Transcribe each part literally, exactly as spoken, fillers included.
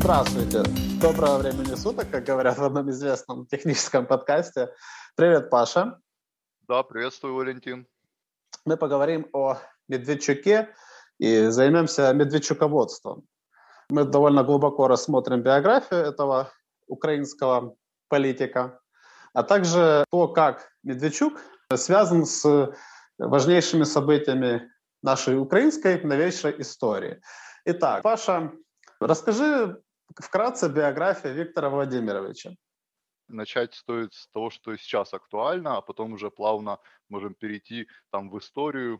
Здравствуйте. Доброго времени суток, как говорят в одном известном техническом подкасте. Привет, Паша. Да, приветствую, Валентин. Мы поговорим о Медведчуке и займемся медведчуководством. Мы довольно глубоко рассмотрим биографию этого украинского политика, а также то, как Медведчук связан с важнейшими событиями нашей украинской новейшей истории. Итак, Паша, расскажи вкратце биографию Виктора Владимировича. Начать стоит с того, что сейчас актуально, а потом уже плавно можем перейти там в историю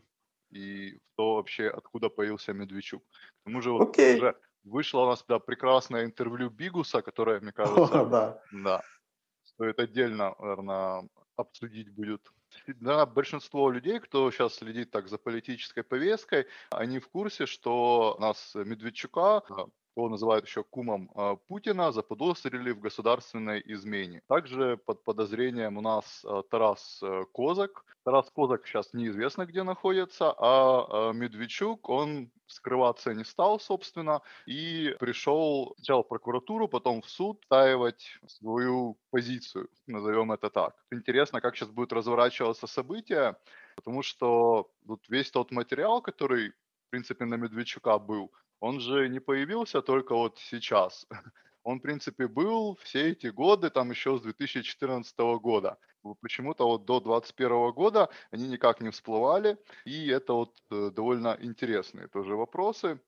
и в то вообще, откуда появился Медведчук. К тому же вот Окей. уже вышло у нас да, прекрасное интервью Бигуса, которое, мне кажется, О, да. да, стоит отдельно, наверное, обсудить будет. Да, большинство людей, кто сейчас следит так за политической повесткой, они в курсе, что нас Медведчука, а, его называют еще кумом а, Путина, заподозрили в государственной измене. Также под подозрением у нас а, Тарас э, Козак. Тарас Козак сейчас неизвестно где находится, а а, Медведчук, он скрываться не стал, собственно, и пришел сначала в прокуратуру, потом в суд отстаивать свою позицию, назовем это так. Интересно, как сейчас будет разворачиваться события, потому что вот весь тот материал, который, в принципе, на Медведчука был, он же не появился только вот сейчас. Он, в принципе, был все эти годы, там еще с две тысячи четырнадцатого года. Вот почему-то вот до двадцать первого года они никак не всплывали, и это вот э, довольно интересные тоже вопросы.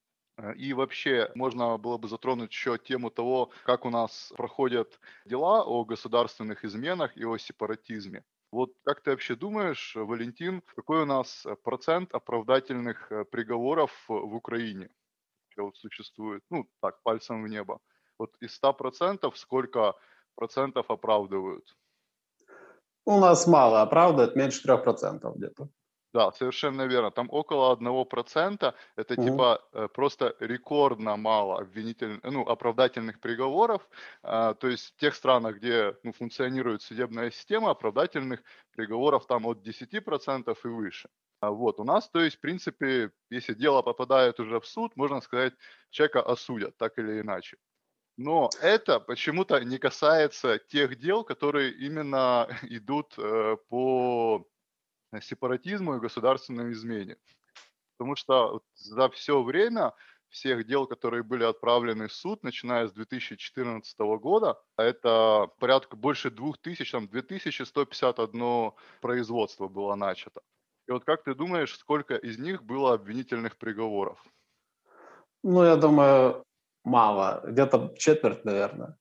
Э, И вообще можно было бы затронуть еще тему того, как у нас проходят дела о государственных изменах и о сепаратизме. Вот как ты вообще думаешь, Валентин, какой у нас э, процент оправдательных э, приговоров э, в Украине вообще вот существует? Ну, так, пальцем в небо. Вот из ста процентов сколько процентов оправдывают? У нас мало оправдывает, меньше трех процентов где-то. Да, совершенно верно. Там около одного процента. Это Мгм. типа э, просто рекордно мало обвинительных, ну, оправдательных приговоров. А, то есть в тех странах, где ну, функционирует судебная система, оправдательных приговоров там от десяти процентов и выше. А вот у нас, то есть, в принципе, если дело попадает уже в суд, можно сказать, человека осудят, так или иначе. Но это почему-то не касается тех дел, которые именно идут э, по сепаратизму и государственной измене. Потому что вот за все время всех дел, которые были отправлены в суд, начиная с две тысячи четырнадцатого года, а это порядка больше двух тысяч, там две тысячи сто пятьдесят одно производство было начато. И вот как ты думаешь, сколько из них было обвинительных приговоров? Ну, я думаю, мало. Где-то четверть, наверное.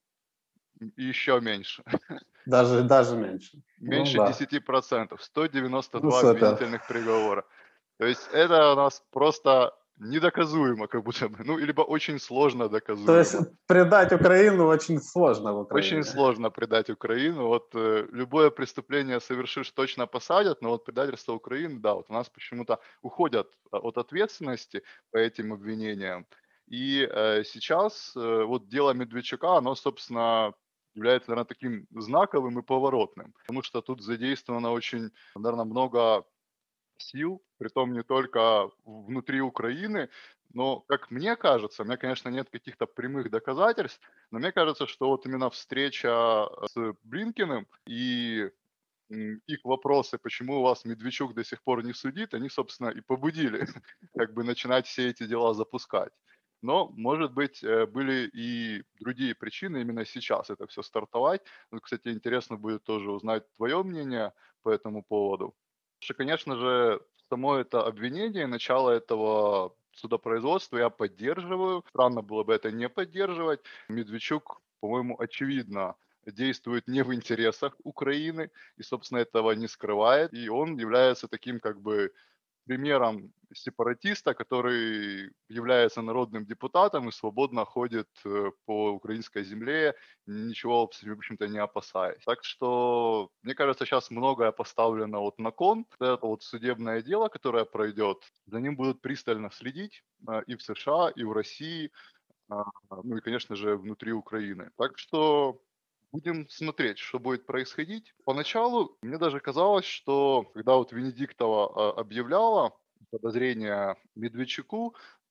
И еще меньше. Даже, даже меньше. Ну Меньше да. десяти процентов. сто девяносто Ну, два супер. обвинительных приговора. То есть это у нас просто недоказуемо, как будто бы. Ну, либо очень сложно То есть доказуемо. предать Украину очень сложно в Очень Украине. сложно предать Украину. Вот э, любое преступление совершишь, точно посадят, но вот предательство Украины, да, вот у нас почему-то уходят а, от ответственности по этим обвинениям. И э, сейчас э, вот дело Медведчука, оно, собственно, является, наверное, таким знаковым и поворотным, потому что тут задействовано очень, наверное, много сил, притом не только внутри Украины, но, как мне кажется, у меня, конечно, нет каких-то прямых доказательств, но мне кажется, что вот именно встреча с Блинкиным и м, их вопросы, почему у вас Медведчук до сих пор не судит, они, собственно, и побудили как бы начинать все эти дела запускать. Но, может быть, э, были и другие причины именно сейчас это все стартовать. Ну, кстати, интересно будет тоже узнать твое мнение по этому поводу. Что, конечно же, само это обвинение, начало этого судопроизводства я поддерживаю. Странно было бы это не поддерживать. Медведчук, по-моему, очевидно действует не в интересах Украины и, собственно, этого не скрывает. И он является таким как бы примером сепаратиста, который является народным депутатом и свободно ходит э, по украинской земле, ничего, в общем-то, не опасаясь. Так что, мне кажется, сейчас многое поставлено вот на кон. Это вот судебное дело, которое пройдет, за ним будут пристально следить э, и в США, и в России, а, ну и, конечно же, внутри Украины. Так что будем смотреть, что будет происходить. Поначалу мне даже казалось, что когда вот Венедиктова а, объявляла подозрения Медведчуку,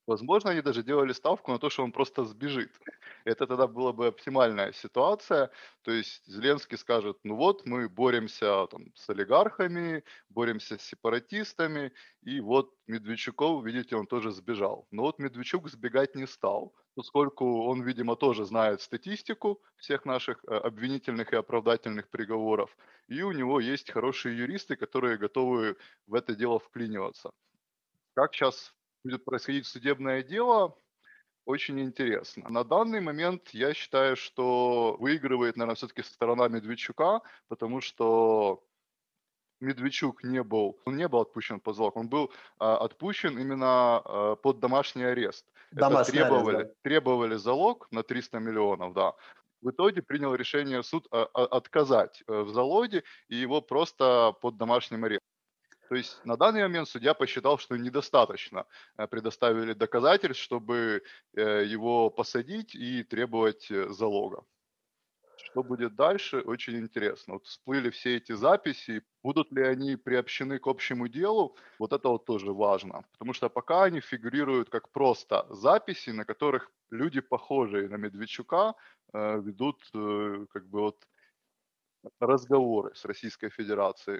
Возможно, они даже делали ставку на то, что он просто сбежит. Это тогда была бы оптимальная ситуация. То есть Зеленский скажет, ну вот, мы боремся там, с олигархами, боремся с сепаратистами, и вот Медведчуков, видите, он тоже сбежал. Но вот Медведчук сбегать не стал, поскольку он, видимо, тоже знает статистику всех наших э, обвинительных и оправдательных приговоров, и у него есть хорошие юристы, которые готовы в это дело вклиниваться. Как сейчас будет происходить судебное дело, очень интересно. На данный момент я считаю, что выигрывает, наверное, все-таки сторона Медведчука, потому что Медведчук не был, он не был отпущен под залог, он был а, отпущен именно а, под домашний арест. Это Домашний арест, требовали, да. требовали залог на триста миллионов, да. В итоге принял решение суд а, а, отказать э, в залоге, и его просто под домашним арестом. То есть на данный момент судья посчитал, что недостаточно э, предоставили доказательств, чтобы э, его посадить и требовать э, залога. Что будет дальше, очень интересно. Вот всплыли все эти записи, будут ли они приобщены к общему делу, вот это вот тоже важно. Потому что пока они фигурируют как просто записи, на которых люди, похожие на Медведчука, э, ведут э, как бы вот разговоры с Российской Федерацией.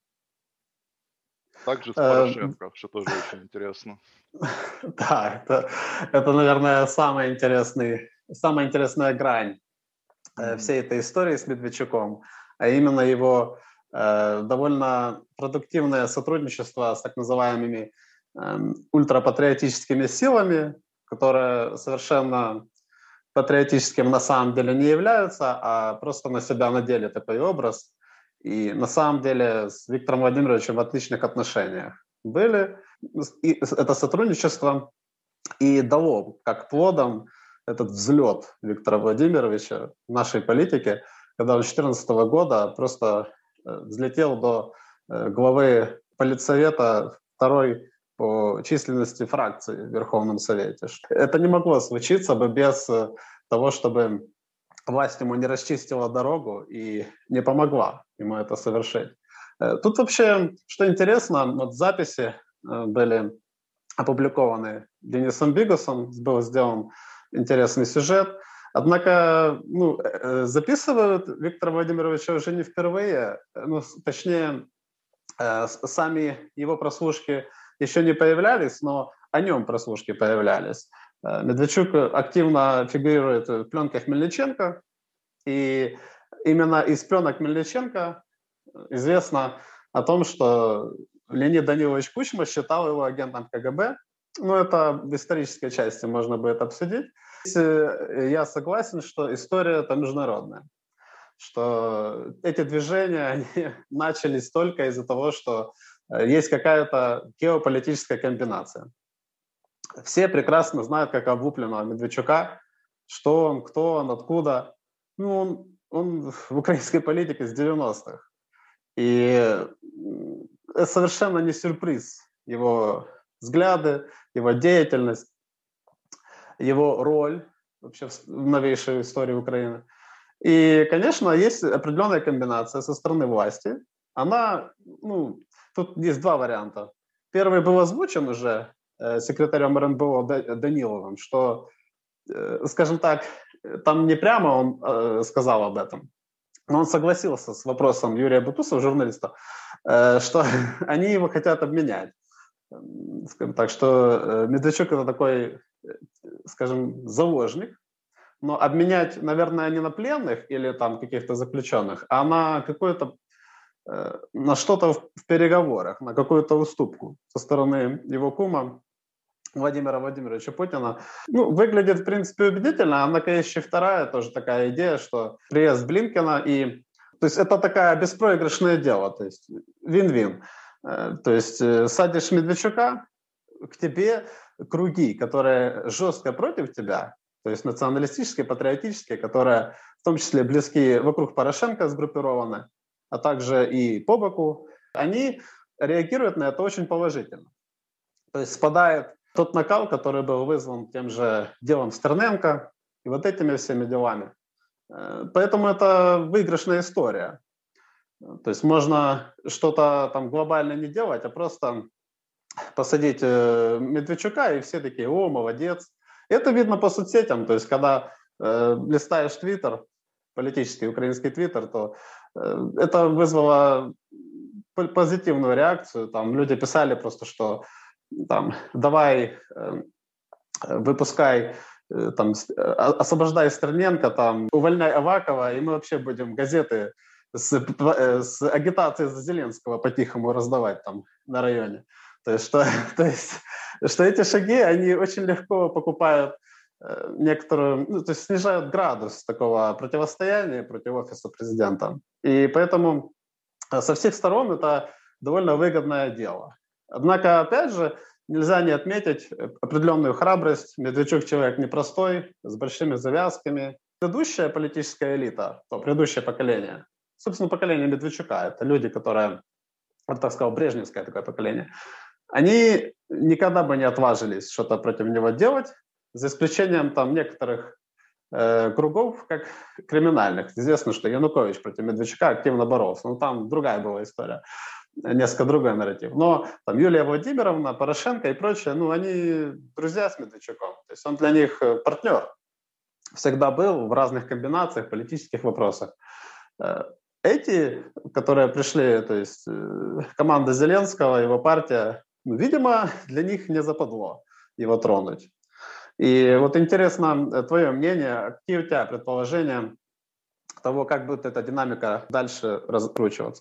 Также с Э, Порошенко, что тоже очень интересно. Да, это, это, наверное, самая интересный, самая интересная грань э, Мгм. всей этой истории с Медведчуком, а именно его э, довольно продуктивное сотрудничество с так называемыми э, ультрапатриотическими силами, которые совершенно патриотическим на самом деле не являются, а просто на себя надели такой образ. И на самом деле с Виктором Владимировичем в отличных отношениях были. И это сотрудничество и дало как плодом этот взлет Виктора Владимировича в нашей политике, когда он с две тысячи четырнадцатого года просто взлетел до главы политсовета второй по численности фракций в Верховном Совете. Это не могло случиться бы без того, чтобы власть ему не расчистила дорогу и не помогла ему это совершить. Тут вообще, что интересно, вот записи были опубликованы Денисом Бигусом, был сделан интересный сюжет. Однако ну, записывают Виктора Владимировича уже не впервые, ну, точнее, сами его прослушки еще не появлялись, но о нем прослушки появлялись. Медведчук активно фигурирует в пленках Мельниченко, и именно из пленок Мельниченко известно о том, что Леонид Данилович Кучма считал его агентом КГБ. Ну, это в исторической части можно будет обсудить. Я согласен, что история это международная, что эти движения они начались только из-за того, что есть какая-то геополитическая комбинация. Все прекрасно знают, как облупленного Медведчука, что он, кто он, откуда. Ну, он, он в украинской политике с девяностых. И это совершенно не сюрприз. Его взгляды, его деятельность, его роль вообще в новейшей истории Украины. И, конечно, есть определенная комбинация со стороны власти. Она, ну, тут есть два варианта. Первый был озвучен уже э, секретарем РНБО Даниловым, что, э, скажем так, там не прямо он э, сказал об этом, но он согласился с вопросом Юрия Бутусова, журналиста, э, что они его хотят обменять. Скажем так, что э, Медведчук это такой, э, скажем, заложник, но обменять, наверное, не на пленных или там каких-то заключенных, а на какое-то, э, на что-то в, в переговорах, на какую-то уступку со стороны его кума Владимира Владимировича Путина. Ну, выглядит, в принципе, убедительно. Однако есть еще вторая тоже такая идея, что приезд Блинкена и... То есть это такое беспроигрышное дело, то есть вин-вин. Э, то есть э, садишь Медведчука, к тебе круги, которые жестко против тебя, то есть националистические, патриотические, которые в том числе близки вокруг Порошенко сгруппированы, а также и по боку, они реагируют на это очень положительно. То есть спадает тот накал, который был вызван тем же делом Стерненко и вот этими всеми делами. Поэтому это выигрышная история. То есть можно что-то там глобально не делать, а просто посадить э, Медведчука, и все такие: о, молодец. Это видно по соцсетям, то есть когда э, листаешь Твиттер, политический украинский Твиттер, то э, это вызвало позитивную реакцию. Там люди писали просто, что там давай э, выпускай, э, там, освобождай Стерненко, там, увольняй Авакова, и мы вообще будем газеты с, э, с агитацией за Зеленского по-тихому раздавать там на районе. То есть, что, то есть, что эти шаги, они очень легко покупают э, некоторую, ну, то есть снижают градус такого противостояния против офиса президента. И поэтому со всех сторон это довольно выгодное дело. Однако, опять же, нельзя не отметить определенную храбрость. Медведчук человек непростой, с большими завязками. Предыдущая политическая элита, то предыдущее поколение, собственно, поколение Медведчука, это люди, которые, вот так сказал, брежневское такое поколение, они никогда бы не отважились что-то против него делать, за исключением там некоторых э, кругов, как криминальных. Известно, что Янукович против Медведчука активно боролся. Ну, там другая была история, несколько другой нарратив. Но там Юлия Владимировна, Порошенко и прочее, ну, они друзья с Медведчуком. То есть он для них партнер. Всегда был в разных комбинациях, политических вопросах. Эти, которые пришли, то есть команда Зеленского, его партия, ну, видимо, для них не западло его тронуть. И вот интересно твое мнение, какие у тебя предположения того, как будет эта динамика дальше раскручиваться?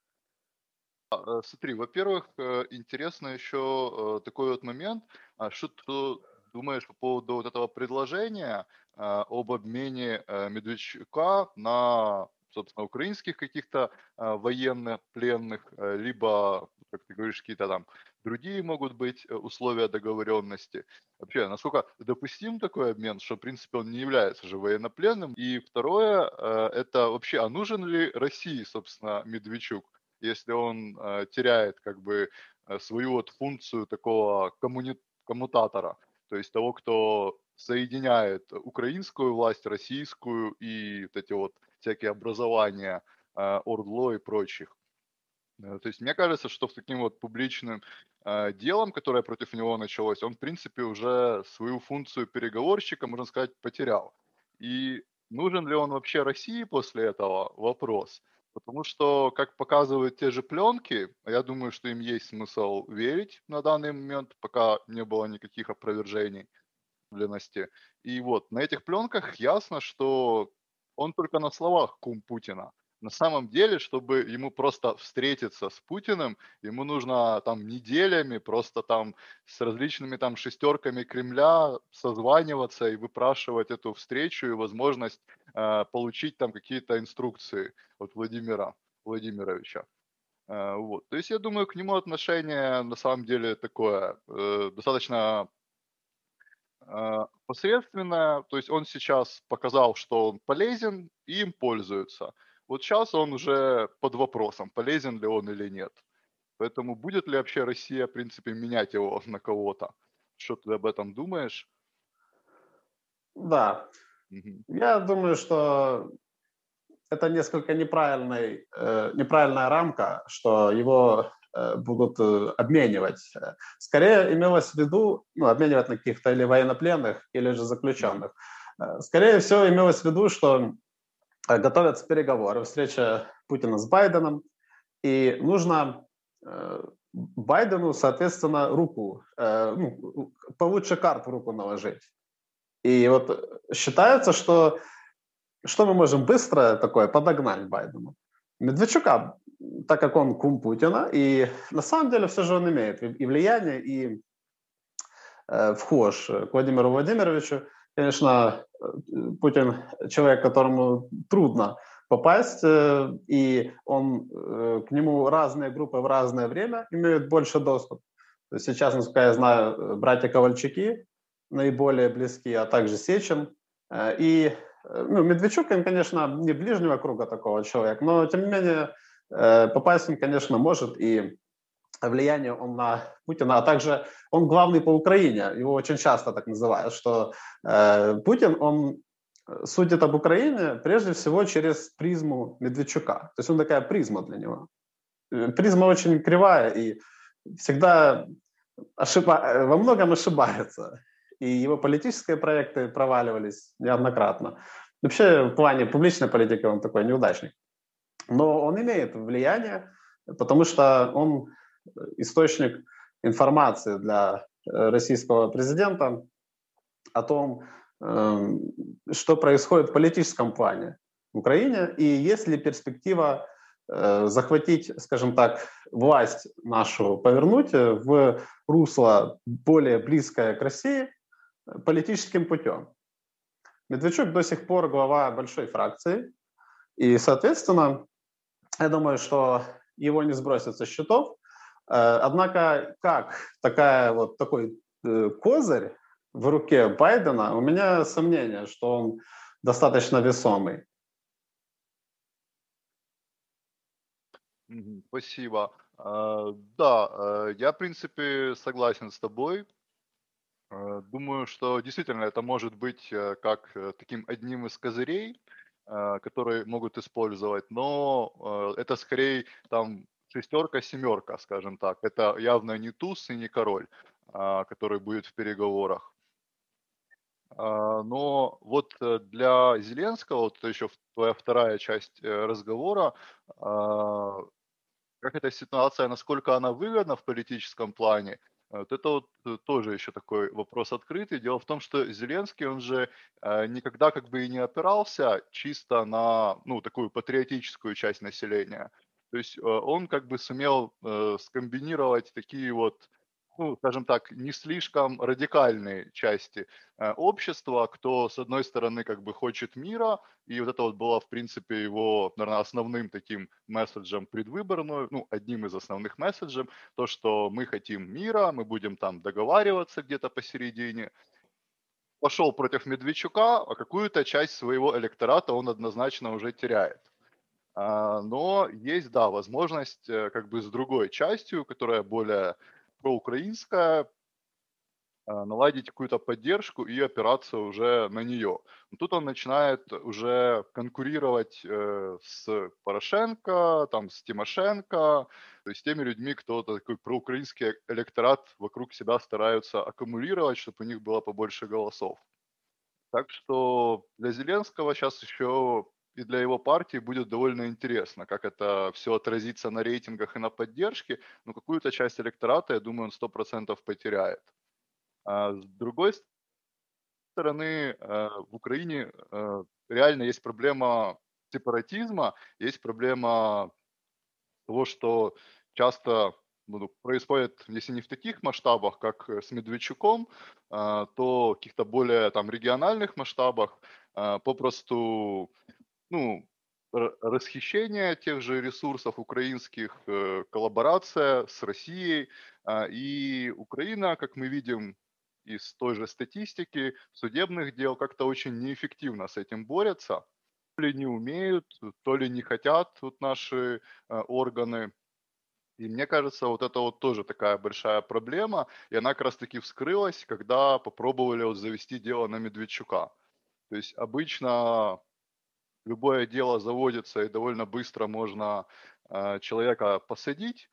Смотри, во-первых, интересно еще такой вот момент, что ты думаешь по поводу вот этого предложения об обмене Медведчука на, собственно, украинских каких-то военных пленных, либо, как ты говоришь, какие-то там другие могут быть условия договоренности. Вообще, насколько допустим такой обмен, что, в принципе, он не является же военнопленным? И второе, это вообще, а нужен ли России, собственно, Медведчук, если он э, теряет как бы свою вот функцию такого коммуни... коммутатора, то есть того, кто соединяет украинскую власть, российскую и вот эти вот всякие образования э, ОРДЛО и прочих. Э, То есть мне кажется, что с таким вот публичным э, делом, которое против него началось, он, в принципе, уже свою функцию переговорщика, можно сказать, потерял. И нужен ли он вообще России после этого? Вопрос. Потому что, как показывают те же пленки, а я думаю, что им есть смысл верить на данный момент, пока не было никаких опровержений подлинности. И вот на этих пленках ясно, что он только на словах кум Путина. На самом деле, чтобы ему просто встретиться с Путиным, ему нужно там неделями просто там с различными там шестерками Кремля созваниваться и выпрашивать эту встречу и возможность э, получить там какие-то инструкции от Владимира Владимировича. Э, вот. То есть я думаю, к нему отношение на самом деле такое э, достаточно э, посредственное. То есть он сейчас показал, что он полезен, и им пользуются. Вот сейчас он уже под вопросом, полезен ли он или нет. Поэтому будет ли вообще Россия, в принципе, менять его на кого-то? Что ты об этом думаешь? Да, Мгм. я думаю, что это несколько неправильный, э, неправильная рамка, что его э, будут э, обменивать. Скорее имелось в виду, ну, обменивать на каких-то или военнопленных, или же заключенных. Э, Скорее всего, имелось в виду, что э, готовятся переговоры, встреча Путина с Байденом, и нужно э, Байдену, соответственно, руку, э, ну, получше карт в руку наложить. И вот считается, что что мы можем быстро такое подогнать Байдену? Медведчука, так как он кум Путина, и на самом деле все же он имеет и влияние, и э, вхож к Владимиру Владимировичу. Конечно, Путин человек, которому трудно попасть, э, и он, э, к нему разные группы в разное время имеют больше доступ. То есть сейчас, насколько я знаю, братья Ковальчуки наиболее близки, а также Сечин. Э, и ну, Медведчук, он, конечно, не ближнего круга такого человека, но, тем не менее, э, попасть он, конечно, может, и влияние он на Путина, а также он главный по Украине, его очень часто так называют, что э, Путин, он судит об Украине прежде всего через призму Медведчука, то есть он такая призма для него. Призма очень кривая, и всегда ошиба... во многом ошибается. И его политические проекты проваливались неоднократно. Вообще, в плане публичной политики он такой неудачник. Но он имеет влияние, потому что он источник информации для российского президента о том, эм, что происходит в политическом плане в Украине, и есть ли перспектива э, захватить, скажем так, власть нашу, повернуть в русло более близкое к России политическим путем. Медведчук до сих пор глава большой фракции, и, соответственно, я думаю, что его не сбросят со счетов. Однако, как такая, вот такой э, козырь в руке Байдена, у меня сомнения, что он достаточно весомый. Мгм. Спасибо. А, Да, э, я, в принципе, согласен с тобой. Э, Думаю, что действительно это может быть э, как э, таким одним из козырей, э, которые могут использовать, но э, это скорее там шестерка, семерка, скажем так. Это явно не туз и не король, а, который будет в переговорах. А, Но вот э, для Зеленского, вот это еще твоя вторая часть э, разговора, а, как эта ситуация, насколько она выгодна в политическом плане, вот это вот э, тоже еще такой вопрос открытый. Дело в том, что Зеленский, он же э, никогда как бы и не опирался чисто на, ну, такую патриотическую часть населения. То есть э, он как бы сумел э, скомбинировать такие вот, ну, скажем так, не слишком радикальные части э, общества, кто, с одной стороны, как бы хочет мира, и вот это вот было, в принципе, его, наверное, основным таким месседжем предвыборную, ну, одним из основных месседжей, то, что мы хотим мира, мы будем там договариваться где-то посередине. Пошел против Медведчука, а какую-то часть своего электората он однозначно уже теряет. А, Но есть, да, возможность э, как бы с другой частью, которая более проукраинская, а, наладить какую-то поддержку и опираться уже на нее. Но тут он начинает уже конкурировать э, с Порошенко, там, с Тимошенко, то есть теми людьми, кто такой проукраинский электорат вокруг себя стараются аккумулировать, чтобы у них было побольше голосов. Так что для Зеленского сейчас еще и для его партии будет довольно интересно, как это все отразится на рейтингах и на поддержке, но какую-то часть электората, я думаю, он сто процентов потеряет. А с другой стороны, э, в Украине э, реально есть проблема сепаратизма, есть проблема того, что часто ну, происходит, если не в таких масштабах, как э, с Медведчуком, а, то в каких-то более там региональных масштабах а, попросту, ну, р- расхищение тех же ресурсов украинских, э, коллаборация с Россией. а, И Украина, как мы видим из той же статистики, судебных дел, как-то очень неэффективно с этим борется. То ли не умеют, то ли не хотят вот наши э, органы. И мне кажется, вот это вот тоже такая большая проблема, и она как раз таки вскрылась, когда попробовали вот завести дело на Медведчука. То есть обычно любое дело заводится и довольно быстро можно э, человека посадить,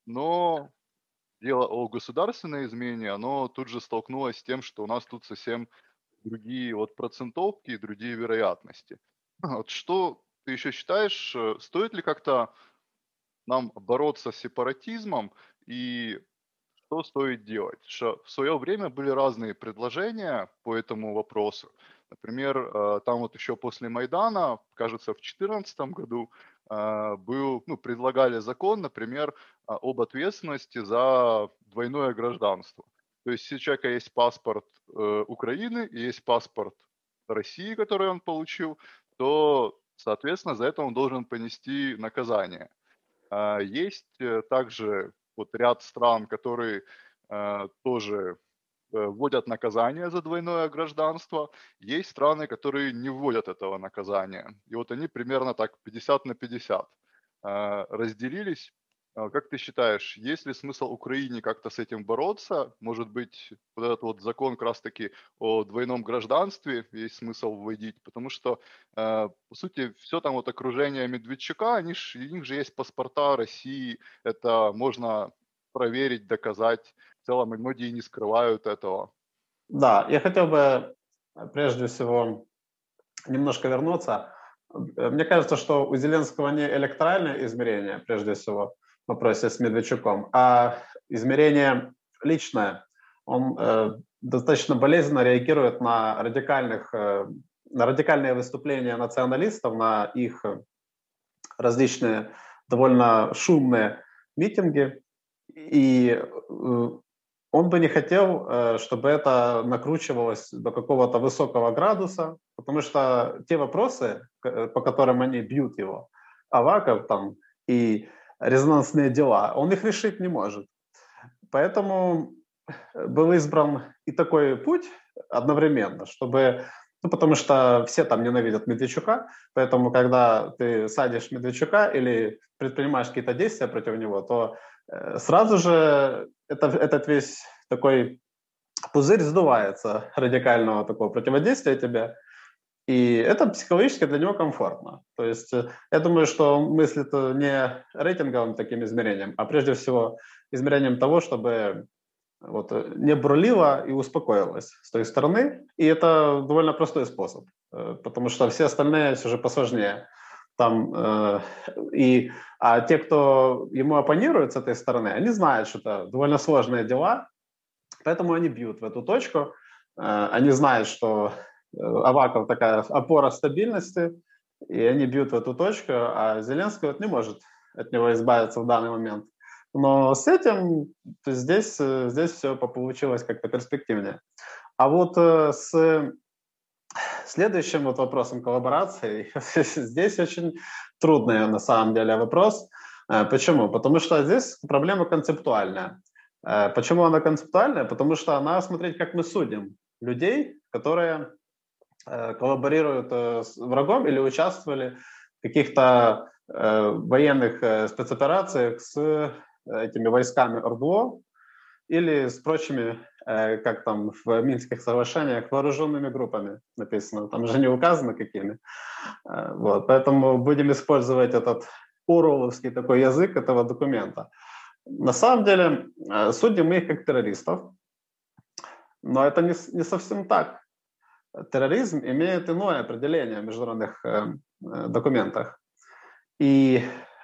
но дело о государственной измене, оно тут же столкнулось с тем, что у нас тут совсем другие вот процентовки и другие вероятности. Вот что ты еще считаешь, э, стоит ли как-то нам бороться с сепаратизмом и что стоит делать? Что в свое время были разные предложения по этому вопросу. Например, э, там вот еще после Майдана, кажется, в две тысячи четырнадцатом году э, был, ну, предлагали закон, например, а, об ответственности за двойное гражданство. То есть, если у человека есть паспорт э, Украины и есть паспорт России, который он получил, то, соответственно, за это он должен понести наказание. А, Есть э, также вот ряд стран, которые э, тоже э, вводят наказание за двойное гражданство. Есть страны, которые не вводят этого наказания. И вот они примерно так пятьдесят на пятьдесят а, разделились. А, Как ты считаешь, есть ли смысл Украине как-то с этим бороться? Может быть, вот этот вот закон как раз-таки о двойном гражданстве есть смысл вводить? Потому что, э, по сути, все там вот окружение Медведчука, они ж, у них же есть паспорта России, это можно проверить, доказать. в целом и многие не скрывают этого. Да, я хотел бы прежде всего немножко вернуться. Мне кажется, что у Зеленского не электоральное измерение, прежде всего, в вопросе с Медведчуком, а измерение личное. Он э, достаточно болезненно реагирует на радикальных, э, на радикальные выступления националистов, на их различные довольно шумные митинги. И э, он бы не хотел, э, чтобы это накручивалось до какого-то высокого градуса, потому что те вопросы, по которым они бьют его, Аваков там и резонансные дела, он их решить не может. Поэтому был избран и такой путь одновременно, чтобы... Ну, потому что все там ненавидят Медведчука, поэтому когда ты садишь Медведчука или предпринимаешь какие-то действия против него, то э, сразу же это, этот весь такой пузырь сдувается радикального такого противодействия тебе, и это психологически для него комфортно. То есть я думаю, что он мыслит не рейтинговым таким измерением, а прежде всего измерением того, чтобы вот, не бурлило и успокоилось с той стороны. И это довольно простой способ, потому что все остальные все же посложнее. Там, э, и, а те, кто ему оппонирует с этой стороны, они знают, что это довольно сложные дела, поэтому они бьют в эту точку. Э, они знают, что Аваков такая опора стабильности, и они бьют в эту точку, а Зеленский вот не может от него избавиться в данный момент. Но с этим здесь, здесь все получилось как-то перспективнее. А вот с следующим вот вопросом коллаборации, здесь очень трудный на самом деле вопрос. Почему? Потому что здесь проблема концептуальная. Почему она концептуальная? Потому что она смотреть, как мы судим людей, которые коллаборируют с врагом или участвовали в каких-то военных спецоперациях с этими войсками ОРДЛО или с прочими, как там в Минских соглашениях, вооруженными группами написано. Там же не указано какими. Вот. Поэтому будем использовать этот оруэлловский такой язык этого документа. На самом деле судим мы их как террористов, но это не, не совсем так. Терроризм имеет иное определение в международных э, документах. И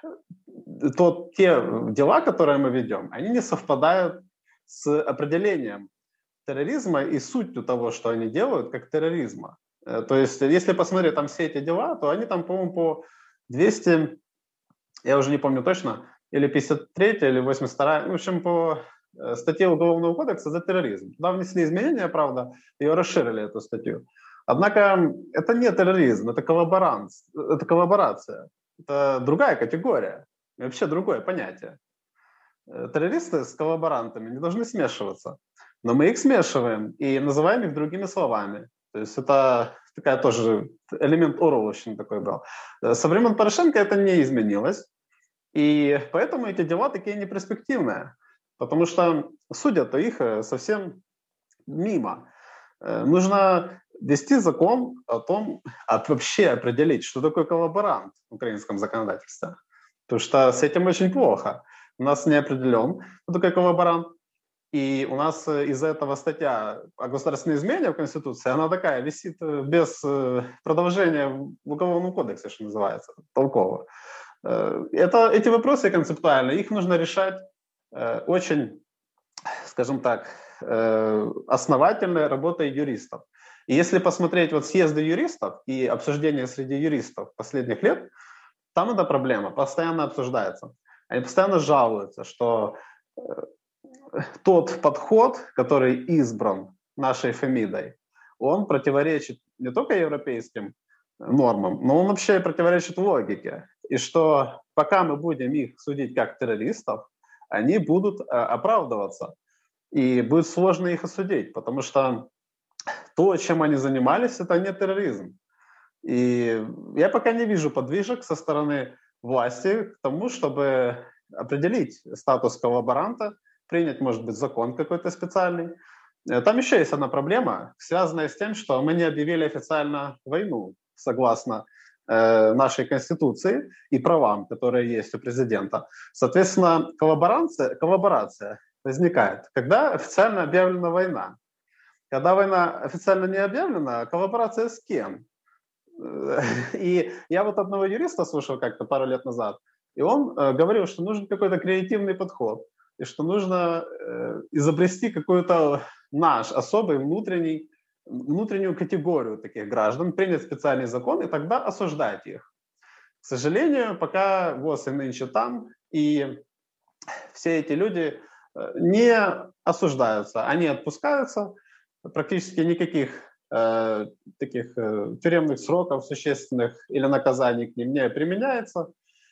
то, те дела, которые мы ведем, они не совпадают с определением терроризма и сутью того, что они делают, как терроризма. То есть, если посмотреть там все эти дела, то они там, по-моему, по двести, я уже не помню точно, или пятьдесят третья, или восемьдесят вторая, в общем, по статье Уголовного кодекса за терроризм. Туда внесли изменения, правда, ее расширили, эту статью. Однако это не терроризм, это коллаборанция, это коллаборация. Это другая категория, вообще другое понятие. Террористы с коллаборантами не должны смешиваться. Но мы их смешиваем и называем их другими словами. То есть это такая тоже элемент оруэлловщины такой был. Со времен Порошенко это не изменилось. И поэтому эти дела такие неперспективные. Потому что судят-то их совсем мимо. Нужно ввести закон о том, а вообще определить, что такое коллаборант в украинском законодательстве. Потому что с этим очень плохо. У нас не определен, кто такой коллаборант. И у нас из-за этого статья о государственной измене в Конституции, она такая, висит без продолжения в Уголовном кодексе, что называется, толково. Это, эти вопросы концептуальные, их нужно решать очень, скажем так, основательной работой юристов. И если посмотреть вот съезды юристов и обсуждения среди юристов последних лет, там эта проблема постоянно обсуждается. Они постоянно жалуются, что тот подход, который избран нашей Фемидой, он противоречит не только европейским нормам, но он вообще противоречит логике. И что пока мы будем их судить как террористов, они будут оправдываться. И будет сложно их осудить, потому что то, чем они занимались, это не терроризм. И я пока не вижу подвижек со стороны власти к тому, чтобы определить статус коллаборанта, принять, может быть, закон какой-то специальный. Там еще есть одна проблема, связанная с тем, что мы не объявили официально войну, согласно э, нашей Конституции и правам, которые есть у президента. Соответственно, коллаборация, коллаборация возникает, когда официально объявлена война. Когда война официально не объявлена, коллаборация с кем? И я вот одного юриста слушал как-то пару лет назад, и он э, говорил, что нужен какой-то креативный подход, и что нужно э, изобрести какой-то наш особый внутренний, внутреннюю категорию таких граждан, принять специальный закон и тогда осуждать их. К сожалению, пока ВОЗ и нынче там, и все эти люди э, не осуждаются, они отпускаются, практически никаких э, таких э, тюремных сроков существенных или наказаний к ним не применяется,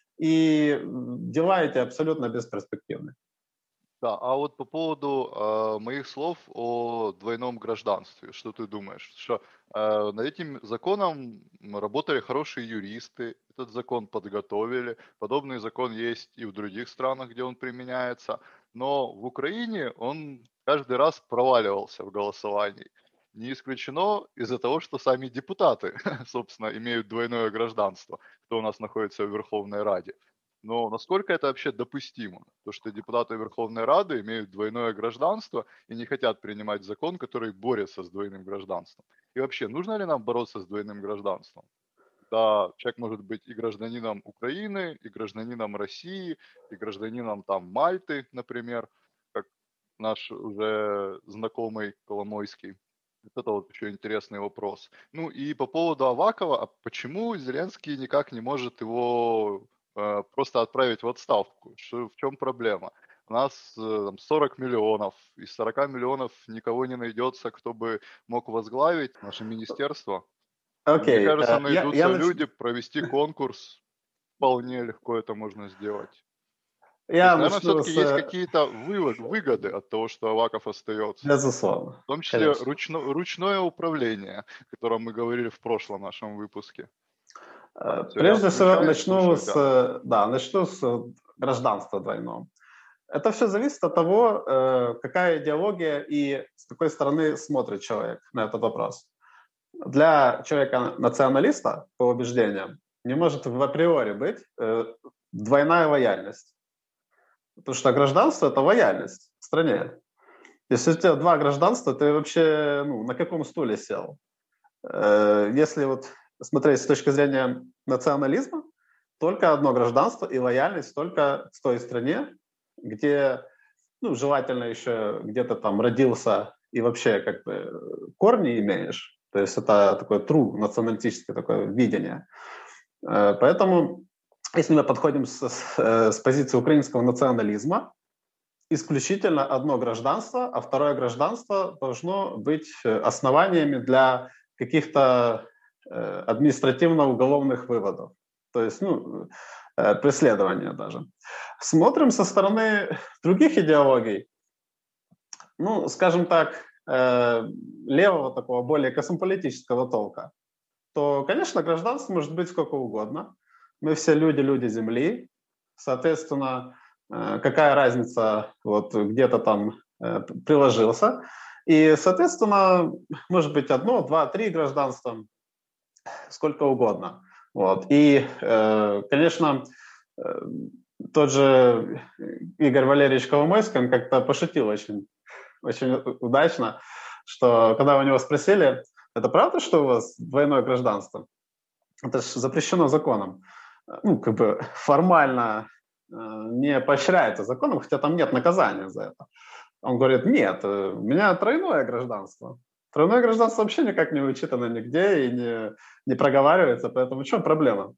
и дела эти абсолютно бесперспективны. Да, а вот по поводу э, моих слов о двойном гражданстве, что ты думаешь? Что э, над этим законом работали хорошие юристы, этот закон подготовили, подобный закон есть и в других странах, где он применяется, но в Украине он каждый раз проваливался в голосовании. Не исключено из-за того, что сами депутаты, собственно, имеют двойное гражданство, кто у нас находится в Верховной Раде. Но насколько это вообще допустимо? То, что депутаты Верховной Рады имеют двойное гражданство и не хотят принимать закон, который борется с двойным гражданством. И вообще, нужно ли нам бороться с двойным гражданством? Да, человек может быть и гражданином Украины, и гражданином России, и гражданином там Мальты, например, как наш уже знакомый Коломойский. Вот это вот еще интересный вопрос. Ну и по поводу Авакова, а почему Зеленский никак не может его э, просто отправить в отставку? Что, в чем проблема? У нас э, там сорок миллионов, из сорока миллионов никого не найдется, кто бы мог возглавить наше министерство. Мне Окей, кажется, э, я, я найдутся нач... люди, провести конкурс, вполне легко это можно сделать. То есть, я наверное, начну все-таки с... есть э, какие-то вывод, выгоды от того, что Аваков остается. Безусловно, В том числе конечно. ручно, ручное управление, о котором мы говорили в прошлом нашем выпуске. Э, Так, все, я Прежде всего, отключаюсь, начну слушаю с, тебя. э, да, начну с э, гражданства двойного. Это все зависит от того, э, какая идеология и с какой стороны смотрит человек на этот вопрос. Для человека-националиста, по убеждениям, не может в априори быть э, двойная лояльность. Потому что гражданство – это лояльность в стране. Если у тебя два гражданства, ты вообще ну, на каком стуле сел? Э, Если вот смотреть с точки зрения национализма, только одно гражданство и лояльность только в той стране, где, ну, желательно еще где-то там родился и вообще как бы корни имеешь. То есть это такое true националистическое такое видение. Э, Поэтому, если мы подходим с, с, э, с позиции украинского национализма, исключительно одно гражданство, а второе гражданство должно быть э, основаниями для каких-то э, административно-уголовных выводов. То есть, ну, э, преследования даже. Смотрим со стороны других идеологий, ну, скажем так, э, левого такого, более космополитического толка, то, конечно, гражданство может быть сколько угодно. Мы все люди, люди Земли. Соответственно, э, какая разница, вот где-то там э, приложился. И, соответственно, может быть одно, два, три гражданства, сколько угодно. Вот. И, э, конечно, э, тот же Игорь Валерьевич Коломойский, он как-то пошутил очень, очень удачно, что когда у него спросили, это правда, что у вас двойное гражданство? Это же запрещено законом. Ну, как бы формально э, не поощряется законом, хотя там нет наказания за это. Он говорит, нет, э, у меня тройное гражданство. Тройное гражданство вообще никак не вычитано нигде и не, не проговаривается, поэтому в чем проблема?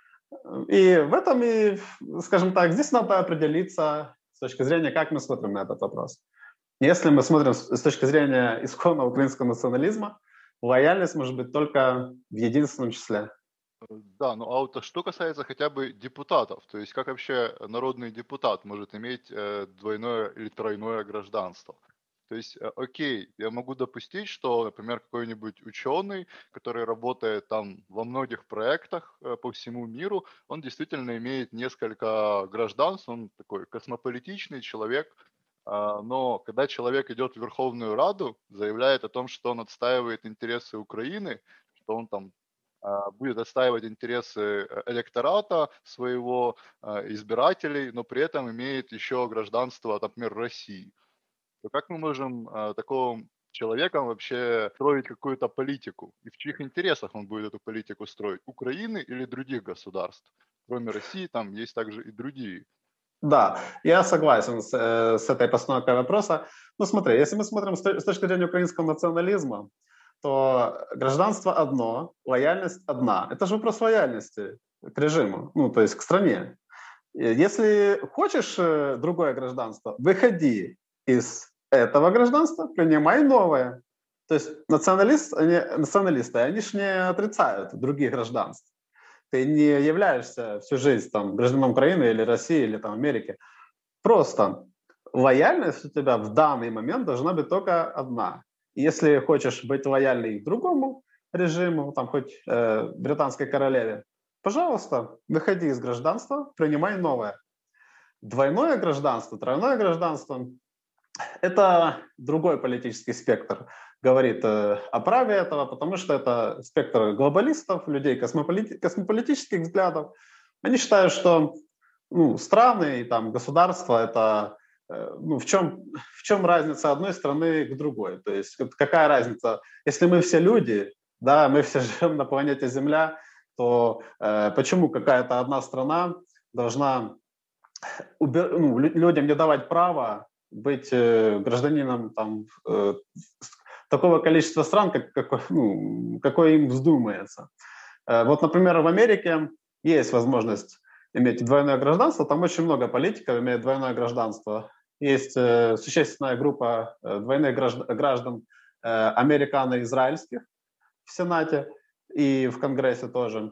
И в этом и, скажем так, здесь надо определиться с точки зрения, как мы смотрим на этот вопрос. Если мы смотрим с точки зрения исконного украинского национализма, лояльность может быть только в единственном числе. Да, ну а вот что касается хотя бы депутатов, то есть как вообще народный депутат может иметь э, двойное или тройное гражданство? То есть, э, окей, я могу допустить, что, например, какой-нибудь ученый, который работает там во многих проектах э, по всему миру, он действительно имеет несколько гражданств, он такой космополитичный человек, а, но когда человек идет в Верховную Раду, заявляет о том, что он отстаивает интересы Украины, что он там а, будет отстаивать интересы э, электората своего, а, избирателей, но при этом имеет еще гражданство, например, России, то как мы можем а, такого человеком вообще строить какую-то политику? И в чьих интересах он будет эту политику строить? Украины или других государств? Кроме России, там есть также и другие. Да, я согласен с, э, с этой постановкой вопроса. Ну смотри, если мы смотрим с, то- с точки зрения украинского национализма, то гражданство одно, лояльность одна. Это же вопрос лояльности к режиму, ну то есть к стране. Э, Если хочешь э, другое гражданство, выходи из этого гражданства, принимай новое. То есть националист, они, националисты, они ж не отрицают других гражданств. Ты не являешься всю жизнь там, гражданином Украины или России или там, Америки. Просто лояльность у тебя в данный момент должна быть только одна. Если хочешь быть лояльный к другому режиму, там хоть э, британской королеве, пожалуйста, выходи из гражданства, принимай новое. Двойное гражданство, тройное гражданство — это другой политический спектр. Говорит э, о праве этого, потому что это спектр глобалистов, людей космополити- космополитических взглядов. Они считают, что ну, страны и там, государства — это э, ну, в чем, в чем разница одной страны к другой. То есть какая разница, если мы все люди, да, мы все живем на планете Земля, то э, почему какая-то одна страна должна убер, ну, людям не давать права быть э, гражданином там, э, такого количества стран, как, как, ну, какое им вздумается. Э, вот, например, в Америке есть возможность иметь двойное гражданство. Там очень много политиков имеют двойное гражданство. Есть э, существенная группа э, двойных граждан, граждан э, американо-израильских в Сенате и в Конгрессе тоже.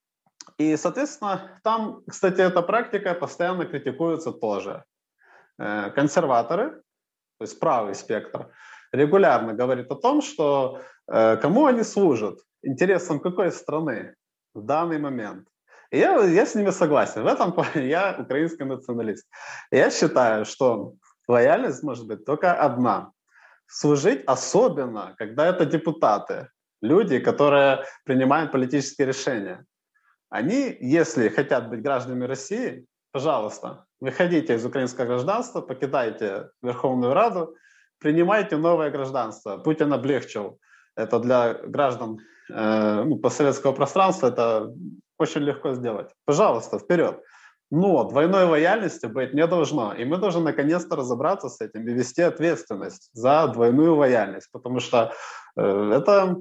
И, соответственно, там, кстати, эта практика постоянно критикуется тоже. Э, Консерваторы, то есть правый спектр, регулярно говорит о том, что э, кому они служат, интересам какой страны в данный момент. И я, я с ними согласен. В этом плане я украинский националист. Я считаю, что лояльность может быть только одна. Служить особенно, когда это депутаты, люди, которые принимают политические решения. Они, если хотят быть гражданами России, пожалуйста, выходите из украинского гражданства, покидайте Верховную Раду, принимайте новое гражданство. Путин облегчил это для граждан э, ну, постсоветского пространства, это очень легко сделать. Пожалуйста, вперед. Но двойной лояльности быть не должно. И мы должны наконец-то разобраться с этим и вести ответственность за двойную лояльность. Потому что э, это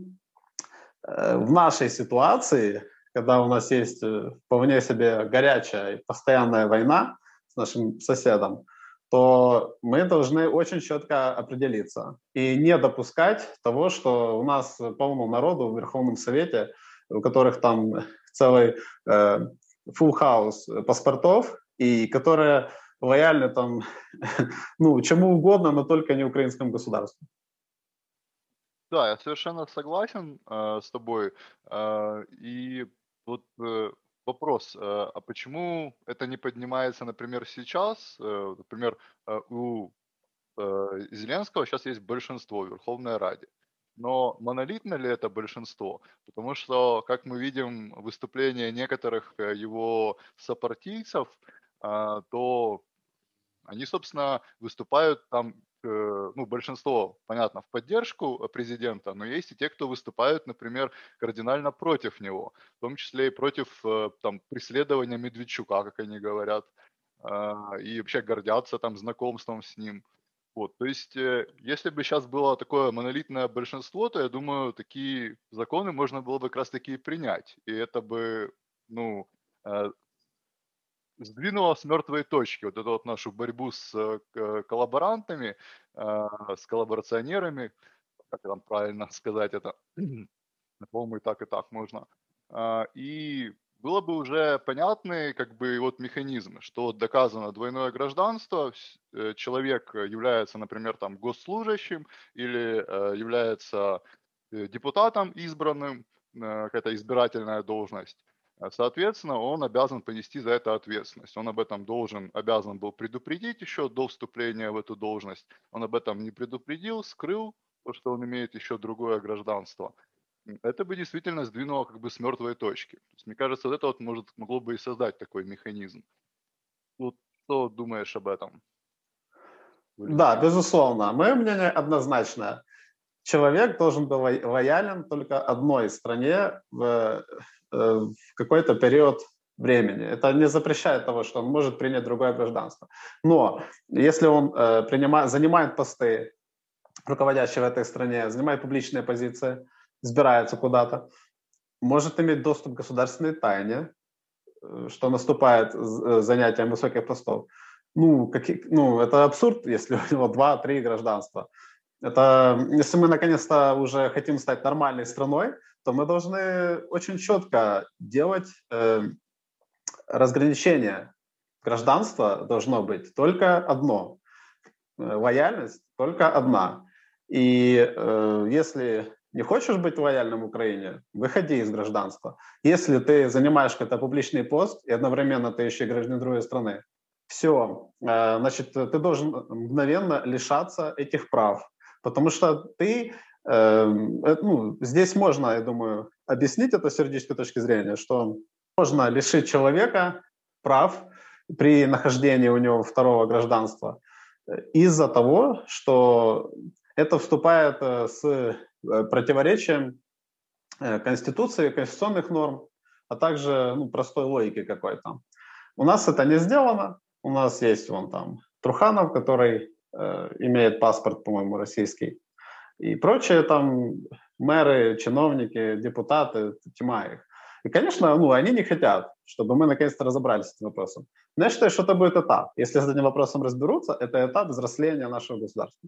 э, в нашей ситуации, когда у нас есть э, вполне себе горячая и постоянная война с нашим соседом, то мы должны очень четко определиться и не допускать того, что у нас полно народу в Верховном Совете, у которых там целый э, full house паспортов, и которые лояльны там, ну, чему угодно, но только не украинскому государству. Да, я совершенно согласен э, с тобой. Э, и вот э, вопрос, э, а почему это не поднимается, например, сейчас? Э, например, э, у э, Зеленского сейчас есть большинство в Верховной Раде. Но монолитно ли это большинство? Потому что, как мы видим, выступления некоторых э, его сопартийцев, а, то они, собственно, выступают там, э, ну, большинство, понятно, в поддержку президента, но есть и те, кто выступают, например, кардинально против него, в том числе и против э, там, преследования Медведчука, как они говорят, а, и вообще гордятся там знакомством с ним. Вот, то есть, э, если бы сейчас было такое монолитное большинство, то я думаю, такие законы можно было бы как раз таки и принять. И это бы, ну, э, сдвинуло с мертвой точки вот эту вот нашу борьбу с э, к- коллаборантами, э, с коллаборационерами, как там правильно сказать это, по-моему, и так, и так можно. А, И было бы уже понятны как бы вот механизмы, что вот доказано двойное гражданство, вс- э, человек является, например, там госслужащим или э, является э, депутатом избранным, э, какая-то избирательная должность. Э, Соответственно, он обязан понести за это ответственность. Он об этом должен, обязан был предупредить еще до вступления в эту должность. Он об этом не предупредил, скрыл, то, что он имеет еще другое гражданство. Это бы действительно сдвинуло как бы с мертвой точки. То есть, мне кажется, вот это вот может, могло бы и создать такой механизм. Вот что думаешь об этом, Да, Валентин? безусловно. Мое мнение однозначное. Человек должен быть лоялен только одной стране в, э, в какой-то период времени. Это не запрещает того, что он может принять другое гражданство. Но если он э, принимает, занимает посты, руководящие в этой стране, занимает публичные позиции, избирается куда-то, может иметь доступ к государственной тайне, э, что наступает с занятием высоких постов. Ну, какие, ну, это абсурд, если у него два-три гражданства. Это, если мы наконец-то уже хотим стать нормальной страной, то мы должны очень четко делать э, разграничение. Гражданство должно быть только одно, э, лояльность только одна. И э, если не хочешь быть лояльным Украине, выходи из гражданства. Если ты занимаешь какой-то публичный пост, и одновременно ты еще и гражданин другой страны, все, э, значит, ты должен мгновенно лишаться этих прав. Потому что ты, э, ну, здесь можно, я думаю, объяснить это с юридической точки зрения, что можно лишить человека прав при нахождении у него второго гражданства из-за того, что это вступает с противоречием Конституции, конституционных норм, а также ну, простой логики какой-то. У нас это не сделано. У нас есть вон там Труханов, который э, имеет паспорт, по-моему, российский, и прочие там мэры, чиновники, депутаты, тьма их. И, конечно, ну, они не хотят, чтобы мы наконец-то разобрались с этим вопросом. Но я считаю, что это будет этап. Если с этим вопросом разберутся, это этап взросления нашего государства.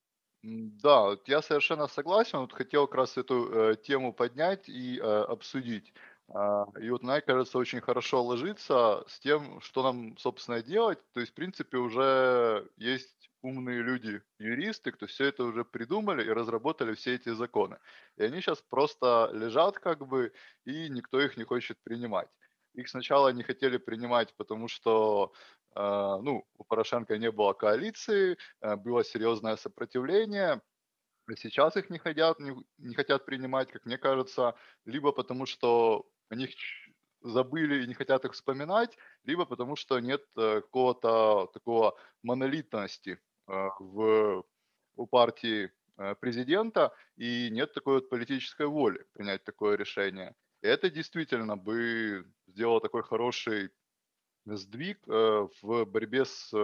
Да, вот я совершенно согласен. Вот хотел как раз эту э, тему поднять и э, обсудить. А, и вот, мне кажется, очень хорошо ложится с тем, что нам, собственно, делать. То есть, в принципе, уже есть умные люди, юристы, кто все это уже придумали и разработали все эти законы. И они сейчас просто лежат как бы, и никто их не хочет принимать. Их сначала не хотели принимать, потому что э, ну, у Порошенко не было коалиции, э, было серьезное сопротивление, а сейчас их не хотят, не, не хотят принимать, как мне кажется, либо потому что о них ч- забыли и не хотят их вспоминать, либо потому что нет э, какого-то такого монолитности э, в, у партии э, президента и нет такой вот политической воли принять такое решение. И это действительно бы сделало такой хороший сдвиг э, в борьбе с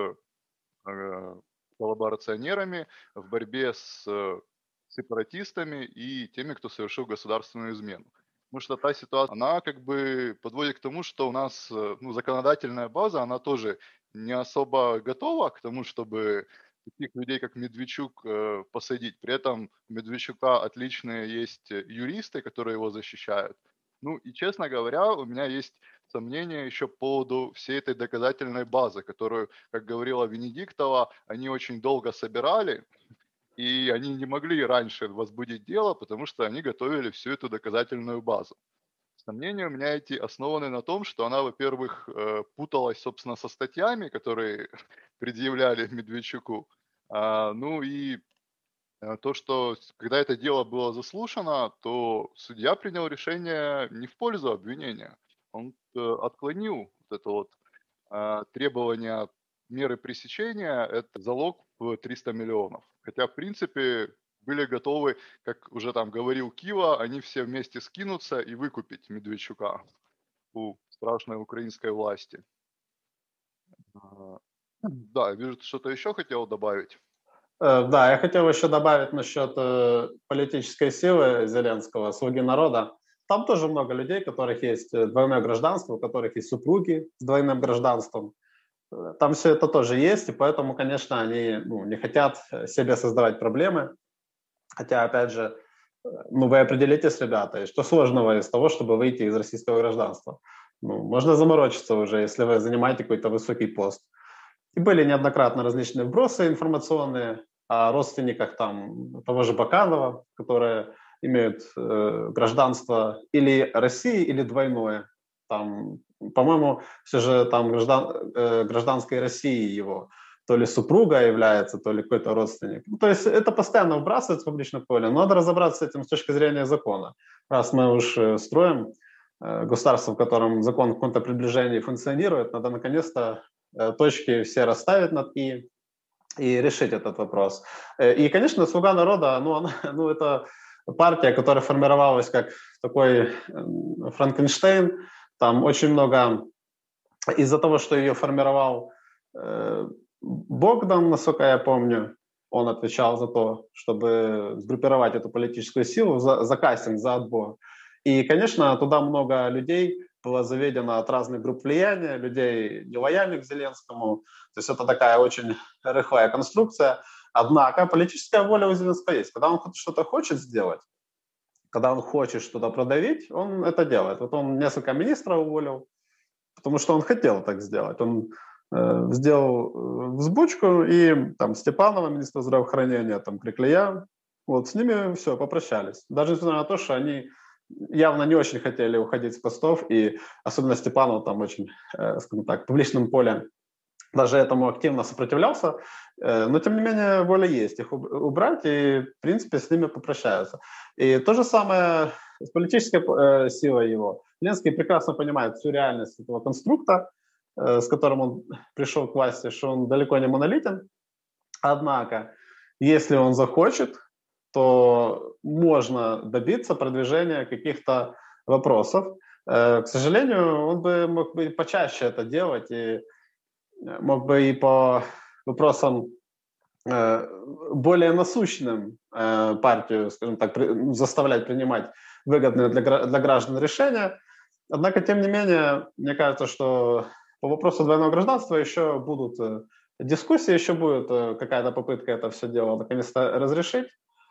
э, коллаборационерами, в борьбе с э, сепаратистами и теми, кто совершил государственную измену. Потому что та ситуация, она как бы подводит к тому, что у нас э, ну, законодательная база, она тоже не особо готова к тому, чтобы таких людей, как Медведчук, э, посадить. При этом у Медведчука отличные есть э, юристы, которые его защищают. Ну и, честно говоря, у меня есть сомнения еще по поводу всей этой доказательной базы, которую, как говорила Венедиктова, они очень долго собирали, и они не могли раньше возбудить дело, потому что они готовили всю эту доказательную базу. Сомнения у меня эти основаны на том, что она, во-первых, э, путалась, собственно, со статьями, которые предъявляли Медведчуку. А, ну и э, то, что с- когда это дело было заслушано, то судья принял решение не в пользу обвинения. Он э, отклонил вот это вот а, требование меры пресечения – это залог в триста миллионов. Хотя, в принципе, были готовы, как уже там говорил Кива, они все вместе скинутся и выкупить Медведчука у страшной украинской власти. А, Да, я вижу, ты что-то еще хотел добавить. Э, Да, я хотел еще добавить насчет э, политической силы Зеленского, «Слуги народа». Там тоже много людей, у которых есть э, двойное гражданство, у которых есть супруги с двойным гражданством. Э, Там все это тоже есть, и поэтому, конечно, они ну, не хотят э, себе создавать проблемы. Хотя, опять же, э, ну, вы определитесь, ребята, и что сложного из того, чтобы выйти из российского гражданства? Ну, можно заморочиться уже, если вы занимаете какой-то высокий пост. И были неоднократно различные вбросы информационные о родственниках там того же Баканова, которые имеют э, гражданство или России, или двойное. Там, по-моему, все же там граждан, э, гражданской России его. то ли супруга является, то ли какой-то родственник. Ну, то есть это постоянно вбрасывается в публичное поле, но надо разобраться с этим с точки зрения закона. Раз мы уж строим э, государство, в котором закон в каком-то приближении функционирует, надо наконец-то э, точки все расставить над «и» и решить этот вопрос. И, конечно, «Слуга народа», ну, она, ну это партия, которая формировалась как такой Франкенштейн, там очень много из-за того, что ее формировал э, Богдан, насколько я помню, он отвечал за то, чтобы сгруппировать эту политическую силу, за, за кастинг, за отбор. И, конечно, туда много людей было заведено от разных групп влияния, людей нелояльных к Зеленскому. То есть это такая очень рыхлая конструкция. Однако политическая воля у Зеленского есть. Когда он что-то хочет сделать, когда он хочет что-то продавить, он это делает. Вот он несколько министров уволил, потому что он хотел так сделать. Он э, сделал взбучку, и там Степанова, министра здравоохранения, там Криклея, вот с ними все, попрощались. Даже несмотря на то, что они явно не очень хотели уходить с постов, и особенно Степанов там очень, э, скажем так, в публичном поле даже этому активно сопротивлялся, э, но тем не менее воля есть их убрать, и в принципе с ними попрощаются. И то же самое с политической э, силой его. Зеленский прекрасно понимает всю реальность этого конструкта, э, с которым он пришел к власти, что он далеко не монолитен. Однако, если он захочет, то можно добиться продвижения каких-то вопросов. Э, к сожалению, он бы мог бы почаще это делать, и мог бы и по вопросам э, более насущным э, партию, скажем так, при, заставлять принимать выгодные для, для граждан решения. Однако, тем не менее, мне кажется, что по вопросу двойного гражданства еще будут э, дискуссии, еще будет э, какая-то попытка это все дело наконец-то разрешить.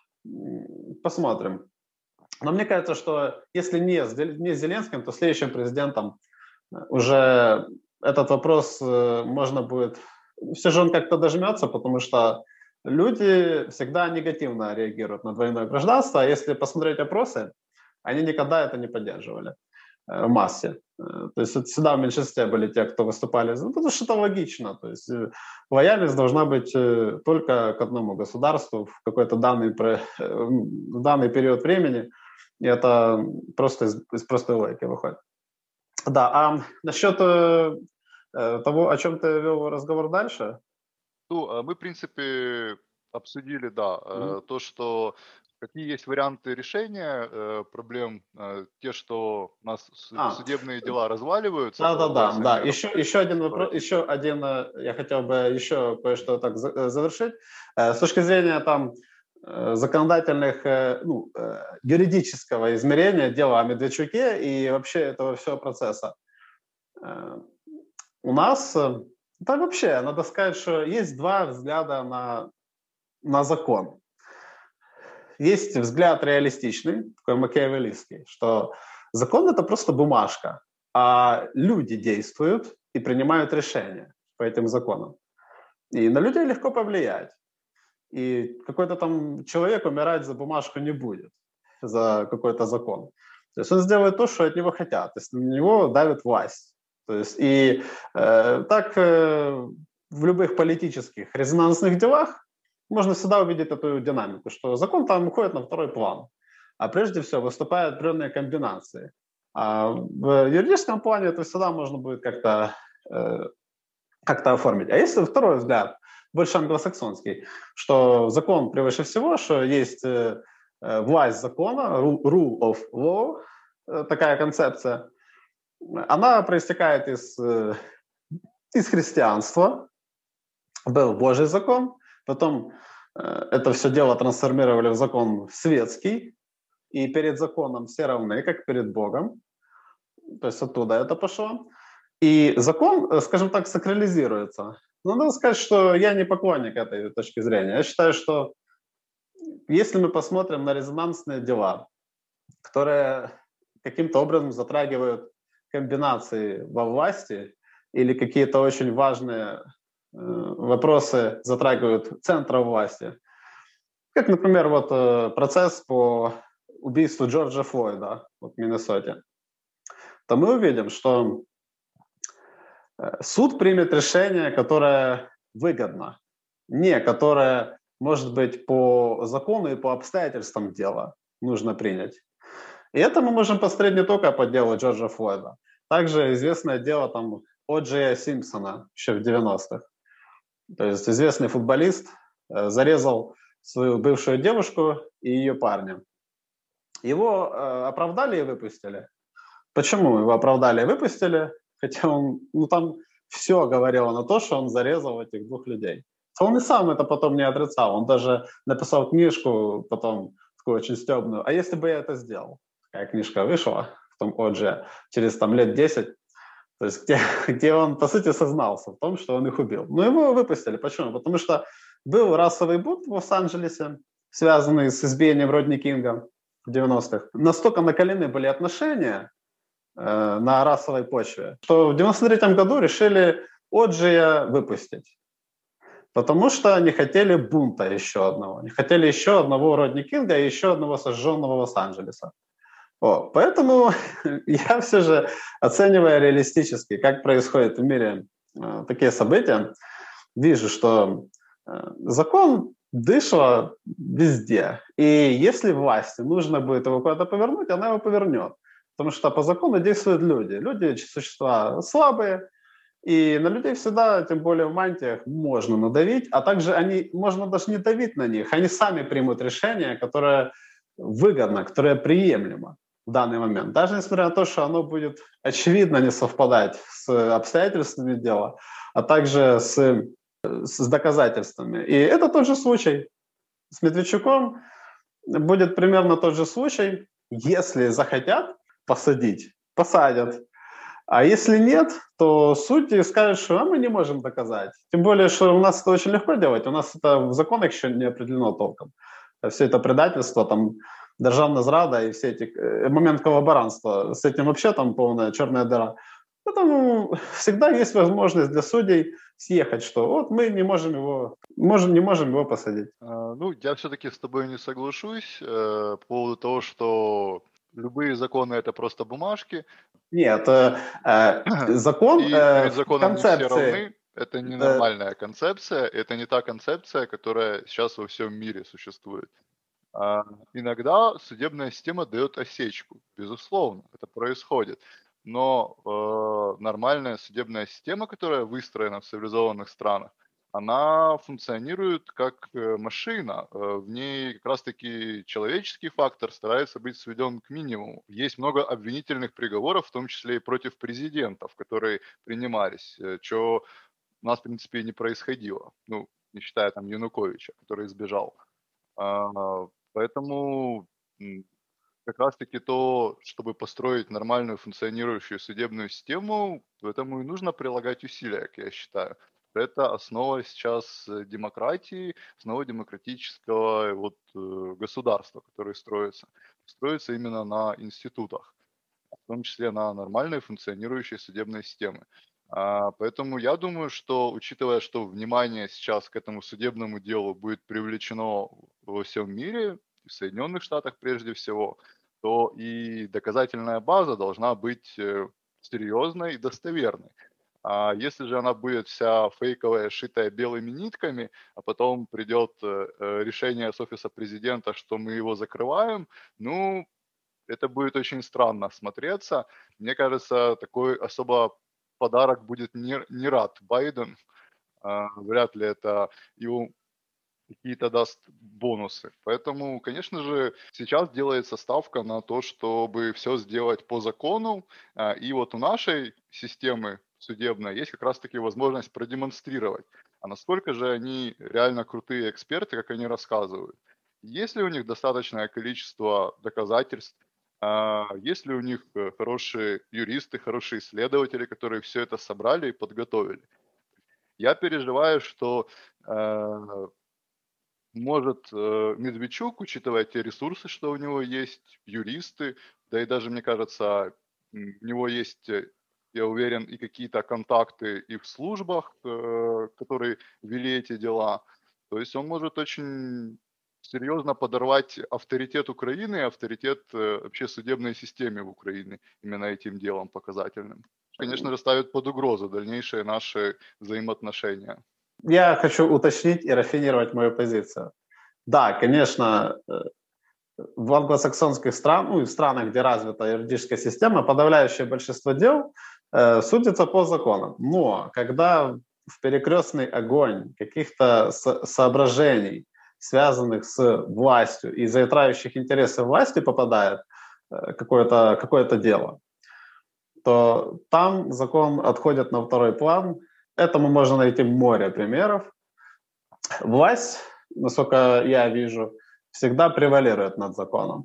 Посмотрим. Но мне кажется, что если не с, не с Зеленским, то следующим президентом уже этот вопрос э, можно будет... Все же он как-то дожмется, потому что люди всегда негативно реагируют на двойное гражданство, а если посмотреть опросы, они никогда это не поддерживали э, в массе. Э, то есть это всегда в меньшинстве были те, кто выступали, ну, потому что это логично. То есть э, лояльность должна быть э, только к одному государству в какой-то данный, э, в данный период времени, и это просто из, из простой логики выходит. Да, а насчет э, того, о чем ты вел разговор дальше? Ну, мы, в принципе, обсудили, да, mm-hmm. то, что какие есть варианты решения э, проблем, э, те, что у нас а. судебные дела разваливаются. Да, да, да, да. Еще, еще один вопрос, еще один, я хотел бы еще кое-что так завершить. С точки зрения там законодательных, ну, юридического измерения дела о Медведчуке и вообще этого всего процесса. У нас, да вообще, надо сказать, что есть два взгляда на, на закон. Есть взгляд реалистичный, такой макиавеллистский, что закон – это просто бумажка, а люди действуют и принимают решения по этим законам. И на людей легко повлиять. И какой-то там человек умирать за бумажку не будет, за какой-то закон. То есть он сделает то, что от него хотят. То есть на него давит власть. То есть и э, так э, в любых политических резонансных делах можно всегда увидеть эту динамику, что закон там уходит на второй план, а прежде всего выступают определенные комбинации. А в юридическом плане это всегда можно будет как-то, э, как-то оформить. А если второй взгляд, больше англосаксонский, что закон превыше всего, что есть э, власть закона, rule of law, э, такая концепция, она проистекает из, э, из христианства. Был Божий закон, потом э, это все дело трансформировали в закон светский, и перед законом все равны, как перед Богом. То есть оттуда это пошло. И закон, скажем так, сакрализируется. Но надо сказать, что я не поклонник этой точки зрения. Я считаю, что если мы посмотрим на резонансные дела, которые каким-то образом затрагивают комбинации во власти или какие-то очень важные э, вопросы затрагивают центра власти, как, например, вот э, процесс по убийству Джорджа Флойда вот, в Миннесоте, то мы увидим, что суд примет решение, которое выгодно, не которое, может быть, по закону и по обстоятельствам дела нужно принять. И это мы можем посмотреть не только по делу Джорджа Флойда. Также известное дело там О Джея Симпсона еще в девяностых. То есть известный футболист э, зарезал свою бывшую девушку и ее парня. Его э, оправдали и выпустили. Почему его оправдали и выпустили? Хотя он, ну там все говорило на то, что он зарезал этих двух людей. Он и сам это потом не отрицал. Он даже написал книжку потом, такую очень стебную. А если бы я это сделал? Такая книжка вышла в том О Дже через там лет десять. То есть где, где он, по сути, сознался в том, что он их убил. Но его выпустили. Почему? Потому что был расовый бунт в Лос-Анджелесе, связанный с избиением Родни Кинга в девяностых. Настолько накалены были отношения э, на расовой почве, что в девяносто третьем году решили О Джея выпустить. Потому что не хотели бунта еще одного. Не хотели еще одного Родни Кинга и еще одного сожженного Лос-Анджелеса. О, поэтому я все же, оценивая реалистически, как происходят в мире э, такие события, вижу, что э, закон дышит везде. И если власти нужно будет его куда-то повернуть, она его повернет. Потому что по закону действуют люди. Люди – существа слабые, и на людей всегда, тем более в мантиях, можно надавить, а также они, можно даже не давить на них, они сами примут решение, которое выгодно, которое приемлемо в данный момент. Даже несмотря на то, что оно будет очевидно не совпадать с обстоятельствами дела, а также с, с доказательствами. И это тот же случай с Медведчуком. Будет примерно тот же случай, если захотят посадить, посадят. А если нет, то судьи скажут, что а мы не можем доказать. Тем более, что у нас это очень легко делать. У нас это в законах еще не определено толком. Все это предательство, там, державная зрада и все эти... Момент коллаборантства. С этим вообще там полная черная дыра. Поэтому всегда есть возможность для судей съехать, что вот мы не можем его, можем, не можем его посадить. А, Ну, я все-таки с тобой не соглашусь э, по поводу того, что любые законы это просто бумажки, Нет, э, э, закон и э, перед в законом не все концепции... равны. Это э, ненормальная концепция, это не та концепция, которая сейчас во всем мире существует. А, Иногда судебная система дает осечку, безусловно, это происходит. Но э, нормальная судебная система, которая выстроена в цивилизованных странах, она функционирует как э, машина. Э, В ней как раз-таки человеческий фактор старается быть сведен к минимуму. Есть много обвинительных приговоров, в том числе и против президентов, которые принимались, что у нас, в принципе, и не происходило. Ну, не считая там Януковича, который избежал. А, Поэтому м, как раз-таки то, чтобы построить нормальную функционирующую судебную систему, к этому и нужно прилагать усилия, как я считаю. Это основа сейчас э, демократии, основа демократического вот, э, государства, которое строится. Строится именно на институтах, в том числе на нормальной функционирующей судебной системе. А, Поэтому я думаю, что, учитывая, что внимание сейчас к этому судебному делу будет привлечено во всем мире, в Соединенных Штатах прежде всего, то и доказательная база должна быть э, серьезной и достоверной. А если же она будет вся фейковая, шитая белыми нитками, а потом придет э, э, решение с офиса президента, что мы его закрываем, ну, это будет очень странно смотреться. Мне кажется, такой особо подарок будет не, не рад Байден. А, Вряд ли это ему какие-то даст бонусы. Поэтому, конечно же, сейчас делается ставка на то, чтобы все сделать по закону. А, И вот у нашей системы судебной есть как раз-таки возможность продемонстрировать, а насколько же они реально крутые эксперты, как они рассказывают. Есть ли у них достаточное количество доказательств, а, есть ли у них э, хорошие юристы, хорошие исследователи, которые все это собрали и подготовили. Я переживаю, что э, может э, Медведчук, учитывая те ресурсы, что у него есть, юристы, да и даже, мне кажется, м, у него есть, э, я уверен, и какие-то контакты и в службах, э, которые вели эти дела. То есть он может очень серьезно подорвать авторитет Украины и авторитет э, вообще судебной системы в Украине именно этим делом показательным. Конечно же, ставит под угрозу дальнейшие наши взаимоотношения. Я хочу уточнить и рафинировать мою позицию. Да, конечно, в англосаксонских странах, ну и в странах, где развита юридическая система, подавляющее большинство дел э, судится по законам. Но когда в перекрестный огонь каких-то со- соображений, связанных с властью и заиграющих интересы власти, попадает э, какое-то, какое-то дело, то там закон отходит на второй план. Этому можно найти море примеров. Власть, насколько я вижу, всегда превалирует над законом.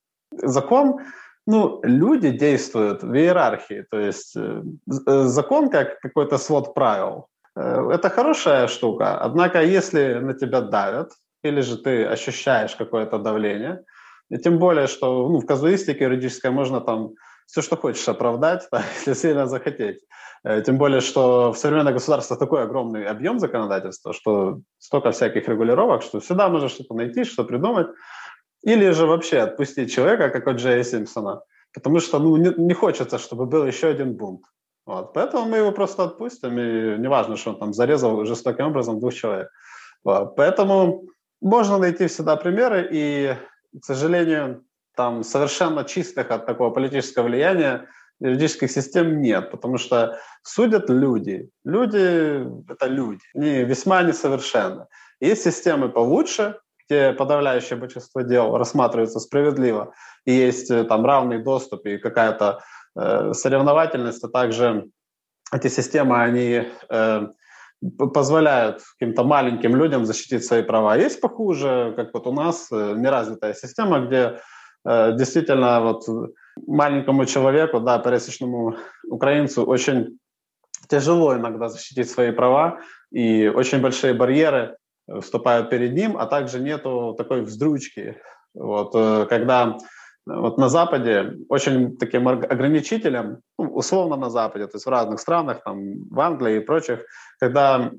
Закон, ну, люди действуют в иерархии, то есть э, закон как какой-то свод правил. Э, это хорошая штука, однако если на тебя давят, или же ты ощущаешь какое-то давление, и тем более, что ну, в казуистике юридической можно там все, что хочешь, оправдать, да, если сильно захотеть. Э, Тем более, что в современное государство такой огромный объем законодательства, что столько всяких регулировок, что всегда можно что-то найти, что придумать. Или же вообще отпустить человека, как у Джея Симпсона, потому что ну, не, не хочется, чтобы был еще один бунт. Вот. Поэтому мы его просто отпустим, и неважно, что он там зарезал жестоким образом двух человек. Вот. Поэтому можно найти всегда примеры, и, к сожалению, там совершенно чистых от такого политического влияния юридических систем нет, потому что судят люди. Люди – это люди, они весьма несовершенны. Есть системы получше, где подавляющее большинство дел рассматривается справедливо, и есть э, там равный доступ и какая-то э, соревновательность, а также эти системы, они э, позволяют каким-то маленьким людям защитить свои права. Есть похуже, как вот у нас, э, неразвитая система, где э, действительно вот маленькому человеку, да, пересечному украинцу очень тяжело иногда защитить свои права, и очень большие барьеры вступают перед ним, а также нету такой вздрючки. Вот, э, когда вот на Западе очень таким ограничителем, ну, условно на Западе, то есть в разных странах, там, в Англии и прочих, когда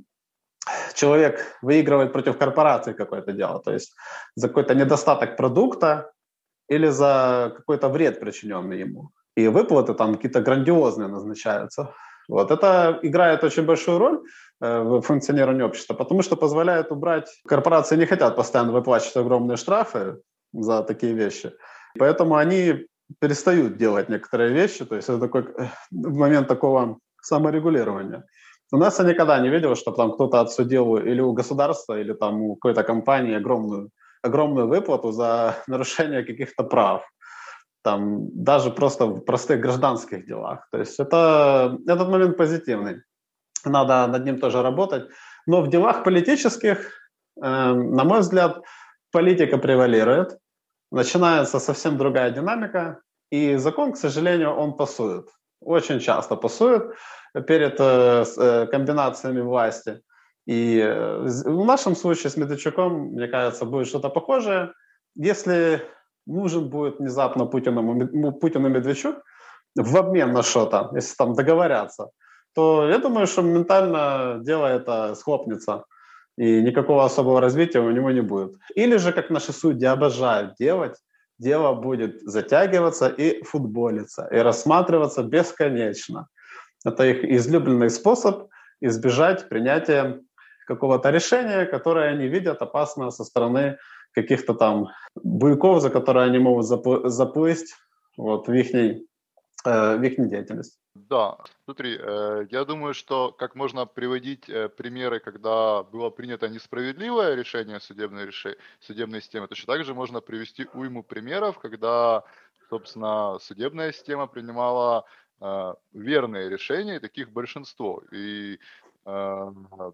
человек выигрывает против корпорации какое-то дело, то есть за какой-то недостаток продукта или за какой-то вред, причиненный ему. И выплаты там какие-то грандиозные назначаются. Вот. Это играет очень большую роль э, в функционировании общества, потому что позволяет убрать... Корпорации не хотят постоянно выплачивать огромные штрафы за такие вещи, поэтому они перестают делать некоторые вещи, то есть это такой момент такого саморегулирования. У нас я никогда не видел, что там кто-то отсудил или у государства, или там у какой-то компании огромную, огромную выплату за нарушение каких-то прав. Там, даже просто в простых гражданских делах. То есть это, этот момент позитивный. Надо над ним тоже работать. Но в делах политических, э, на мой взгляд, политика превалирует. Начинается совсем другая динамика. И закон, к сожалению, он пасует. Очень часто пасует перед э, с, э, комбинациями власти. И э, в нашем случае с Медведчуком, мне кажется, будет что-то похожее. Если нужен будет внезапно Путину, Путину Медведчук в обмен на что-то, если там договорятся, то я думаю, что моментально дело это схлопнется, и никакого особого развития у него не будет. Или же, как наши судьи обожают делать, дело будет затягиваться и футболиться, и рассматриваться бесконечно. Это их излюбленный способ избежать принятия какого-то решения, которое они видят опасно со стороны каких-то там буйков, за которые они могут заплыть вот, в их, э, в их деятельность. Да, смотри, э, я думаю, что как можно приводить э, примеры, когда было принято несправедливое решение судебной, реше... судебной системы, точно так же можно привести уйму примеров, когда, собственно, судебная система принимала э, верные решения, и таких большинство. И э,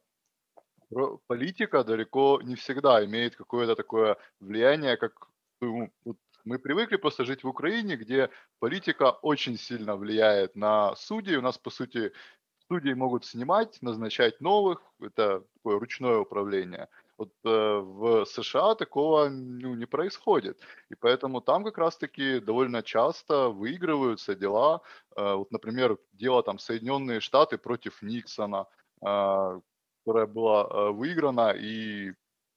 про- политика далеко не всегда имеет какое-то такое влияние, как ну, вот мы привыкли просто жить в Украине, где политика очень сильно влияет на судей. У нас, по сути, судей могут снимать, назначать новых. Это такое ручное управление. Вот э, в США такого ну, не происходит. И поэтому там как раз-таки довольно часто выигрываются дела. Э, вот, например, дело там Соединенные Штаты против Никсона, а, которая была э, выиграна, и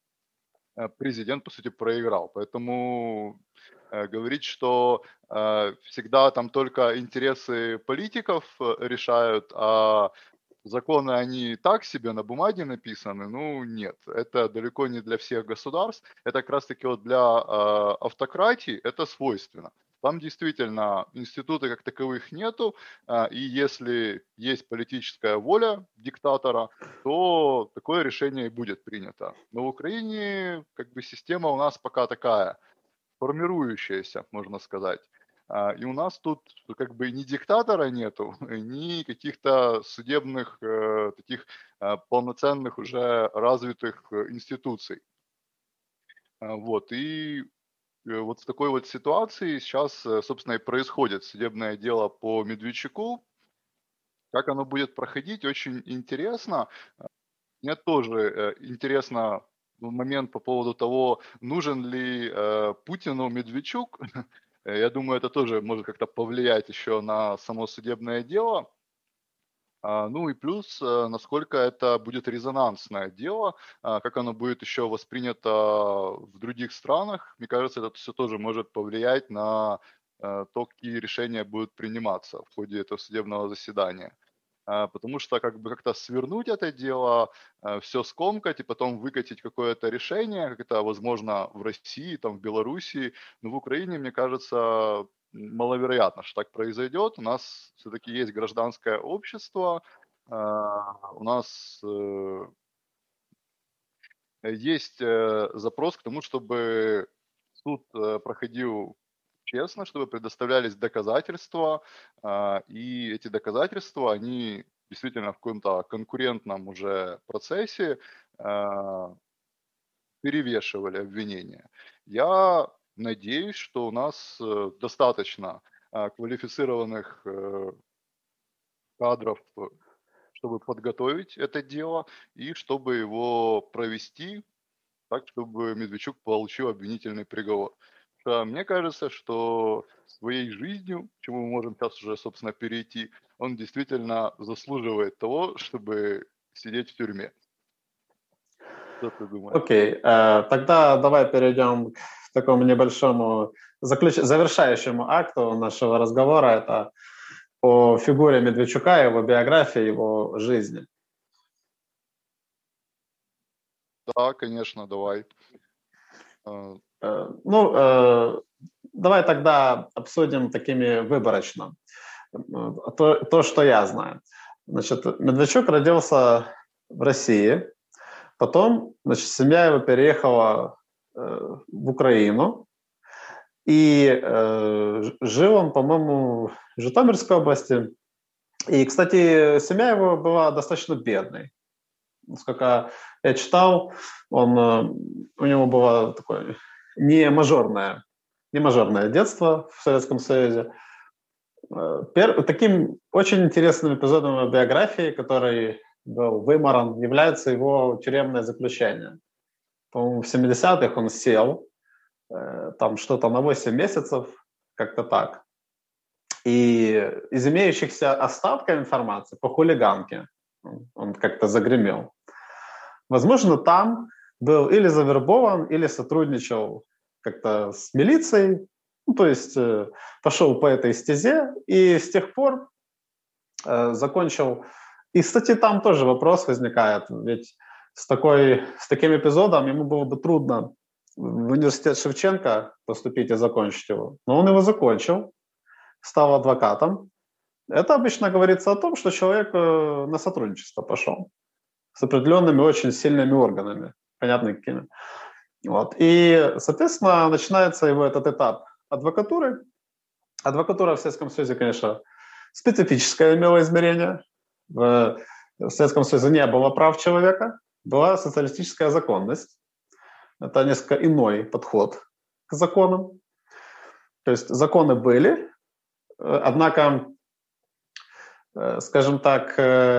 э, президент, по сути, проиграл. Поэтому э, говорить, что э, всегда там только интересы политиков э, решают, а законы, они так себе на бумаге написаны, ну нет, это далеко не для всех государств, это как раз-таки вот для э, автократий это свойственно. Там действительно институты как таковых нету, э, и если есть политическая воля диктатора, то такое решение и будет принято. Но в Украине как бы система у нас пока такая, формирующаяся, можно сказать. А, И у нас тут как бы ни диктатора нету, ни каких-то судебных э, таких э, полноценных уже развитых э, институций. А, Вот. И э, вот в такой вот ситуации сейчас, э, собственно, и происходит судебное дело по Медведчуку. Как оно будет проходить, очень интересно. Мне тоже э, интересно ну, момент по поводу того, нужен ли э, Путину Медведчук. Э, Я думаю, это тоже может как-то повлиять еще на само судебное дело. А, Ну и плюс, э, насколько это будет резонансное дело, а, как оно будет еще воспринято в других странах. Мне кажется, это все тоже может повлиять на э, то, какие решения будут приниматься в ходе этого судебного заседания. А, потому что как бы как-то свернуть это дело, все скомкать и потом выкатить какое-то решение, как это возможно в России, там, в Белоруссии, но в Украине, мне кажется, маловероятно, что так произойдет. У нас все-таки есть гражданское общество, а, у нас э, есть э, запрос к тому, чтобы суд э, проходил честно, чтобы предоставлялись доказательства, а, и эти доказательства, они действительно в каком-то конкурентном уже процессе а, перевешивали обвинения. Я надеюсь, что у нас э, достаточно а, квалифицированных э, кадров, э, чтобы подготовить это дело и чтобы его провести так, чтобы Медведчук получил обвинительный приговор. Что мне кажется, что своей жизнью, к чему мы можем сейчас уже, собственно, перейти, он действительно заслуживает того, чтобы сидеть в тюрьме. Что ты думаешь? Окей, э, тогда давай перейдем к такому небольшому заключ... завершающему акту нашего разговора. Это о фигуре Медведчука, его биографии, его жизни. Да, конечно, давай. Э, Ну, э, давай тогда обсудим такими выборочно. Э, То, то, что я знаю. Значит, Медведчук родился в России, потом, значит, семья его переехала э, в Украину, и э, ж- жил он, по-моему, в Житомирской области. И, кстати, семья его была достаточно бедной. Насколько я читал, он, э, у него было такое не мажорное, не мажорное детство в Советском Союзе. Э, пер- таким очень интересным эпизодом его биографии, который был выморан, является его тюремное заключение. По-моему, в семидесятых он сел, э, там что-то на восемь месяцев, как-то так. И из имеющихся остатков информации по хулиганке он, он как-то загремел. Возможно, там был или завербован, или сотрудничал как-то с милицией, ну, то есть э, пошел по этой стезе, и с тех пор э, закончил. И, кстати, там тоже вопрос возникает, ведь с, такой, с таким эпизодом ему было бы трудно в университет Шевченко поступить и закончить его. Но он его закончил, стал адвокатом. Это обычно говорится о том, что человек э, на сотрудничество пошел с определенными очень сильными органами, понятно какими. Вот. И, соответственно, начинается его этот этап адвокатуры. Адвокатура в Советском Союзе, конечно, специфическое имела измерение. В, в Советском Союзе не было прав человека, была социалистическая законность. Это несколько иной подход к законам. То есть законы были, однако, скажем так,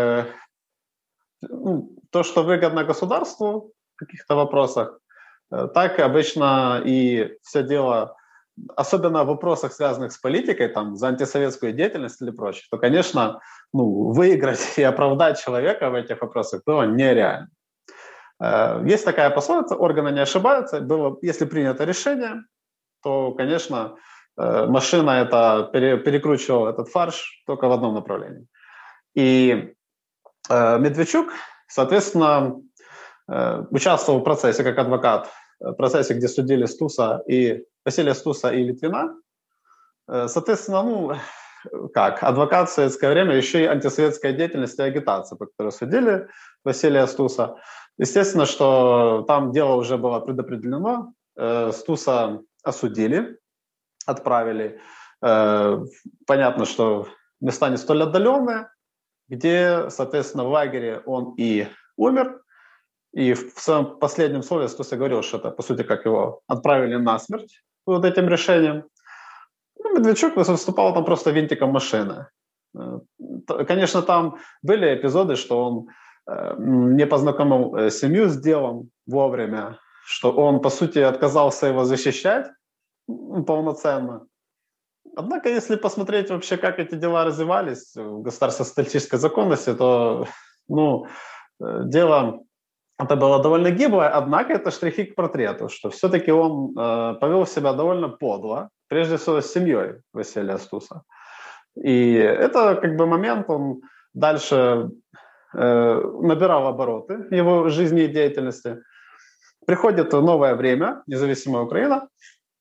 ну, то, что выгодно государству в каких-то вопросах, так обычно и все дело, особенно в вопросах, связанных с политикой, там, за антисоветскую деятельность или прочее, то, конечно, ну, выиграть и оправдать человека в этих вопросах было нереально. Есть такая пословица: органы не ошибаются. Было, если принято решение, то, конечно, машина это перекручивала этот фарш только в одном направлении. И Медведчук, соответственно, участвовал в процессе как адвокат, в процессе, где судили Стуса и Василия Стуса и Литвина. Соответственно, ну, как, адвокат в советское время, еще и антисоветская деятельность и агитация, по которой судили Василия Стуса. Естественно, что там дело уже было предопределено. Стуса осудили, отправили. Понятно, что места не столь отдаленные, где, соответственно, в лагере он и умер. И в своем последнем слове Стуса говорил, что это, по сути, как его отправили на смерть вот этим решением. Ну, Медведчук выступал там просто винтиком машины. Конечно, там были эпизоды, что он не познакомил семью с делом вовремя, что он, по сути, отказался его защищать полноценно. Однако, если посмотреть вообще, как эти дела развивались в государственно-социалистической законности, то ну, дело это было довольно гиблое, однако это штрихи к портрету, что все-таки он э, повел себя довольно подло, прежде всего с семьей Василия Стуса. И это как бы момент, он дальше э, набирал обороты его жизни и деятельности. Приходит новое время, независимая Украина,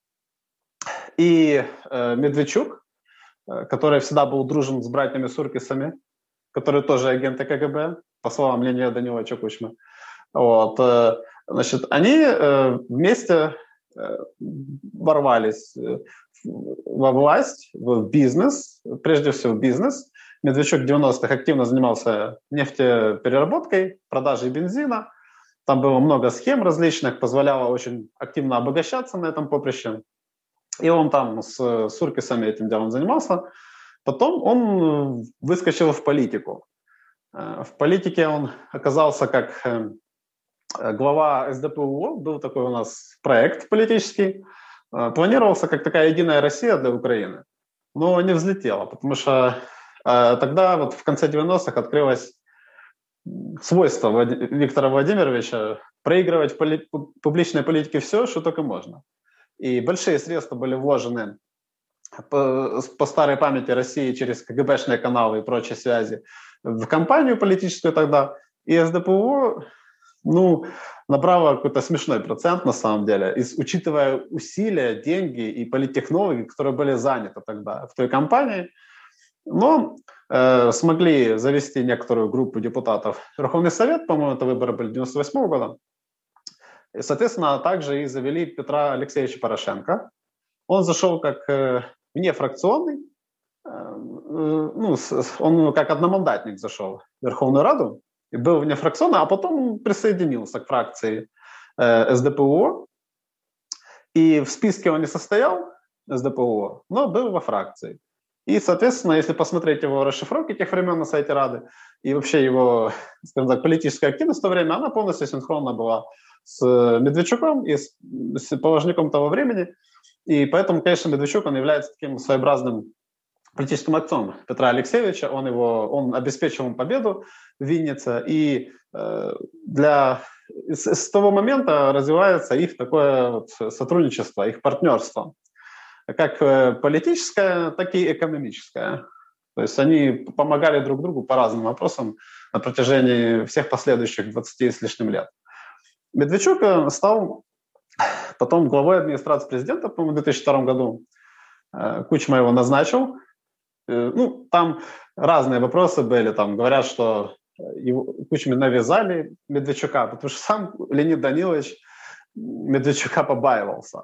и э, Медведчук, э, который всегда был дружен с братьями Суркисами, которые тоже агенты КГБ, по словам Леонида Даниловича Кучмы, вот, э, значит, они э, вместе э, ворвались во власть, в бизнес, прежде всего в бизнес. Медведчук в девяностых активно занимался нефтепереработкой, продажей бензина. Там было много схем различных, позволяло очень активно обогащаться на этом поприще. И он там с Суркисами этим делом занимался. Потом он выскочил в политику. В политике он оказался как глава эс дэ пэ у, был такой у нас проект политический. Планировался как такая единая Россия для Украины, но не взлетела, потому что тогда вот в конце девяностых открылось свойство Виктора Владимировича проигрывать в поли- публичной политике все, что только можно. И большие средства были вложены по, по старой памяти России через ка гэ бэшные каналы и прочие связи в кампанию политическую тогда. И эс дэ пэ у, ну, набрало какой-то смешной процент на самом деле, и, учитывая усилия, деньги и политтехнологии, которые были заняты тогда в той кампании, но э, смогли завести некоторую группу депутатов в Верховный Совет, по-моему, это выборы были девяносто восьмого года, и, соответственно, также и завели Петра Алексеевича Порошенко. Он зашел как э, внефракционный, э, э, ну, с, он как одномандатник зашел в Верховную Раду, и был внефракционный, а потом присоединился к фракции э, эс дэ пэ у. И в списке он не состоял, эс дэ пэ у, но был во фракции. И, соответственно, если посмотреть его расшифровки тех времен на сайте Рады, и вообще его, скажем так, политическая активность в то время, она полностью синхронна была с Медведчуком и с, с положником того времени. И поэтому, конечно, Медведчук, он является таким своеобразным политическим отцом Петра Алексеевича. Он, его, он обеспечил ему победу в Виннице. И э, для, с, с того момента развивается их такое вот сотрудничество, их партнерство. Как политическое, так и экономическое. То есть они помогали друг другу по разным вопросам на протяжении всех последующих двадцати с лишним лет. Медведчук стал потом главой администрации президента, по-моему, в две тысячи втором году. Кучма его назначил. Ну, там разные вопросы были. Там говорят, что его, Кучме навязали Медведчука, потому что сам Леонид Данилович Медведчука побаивался.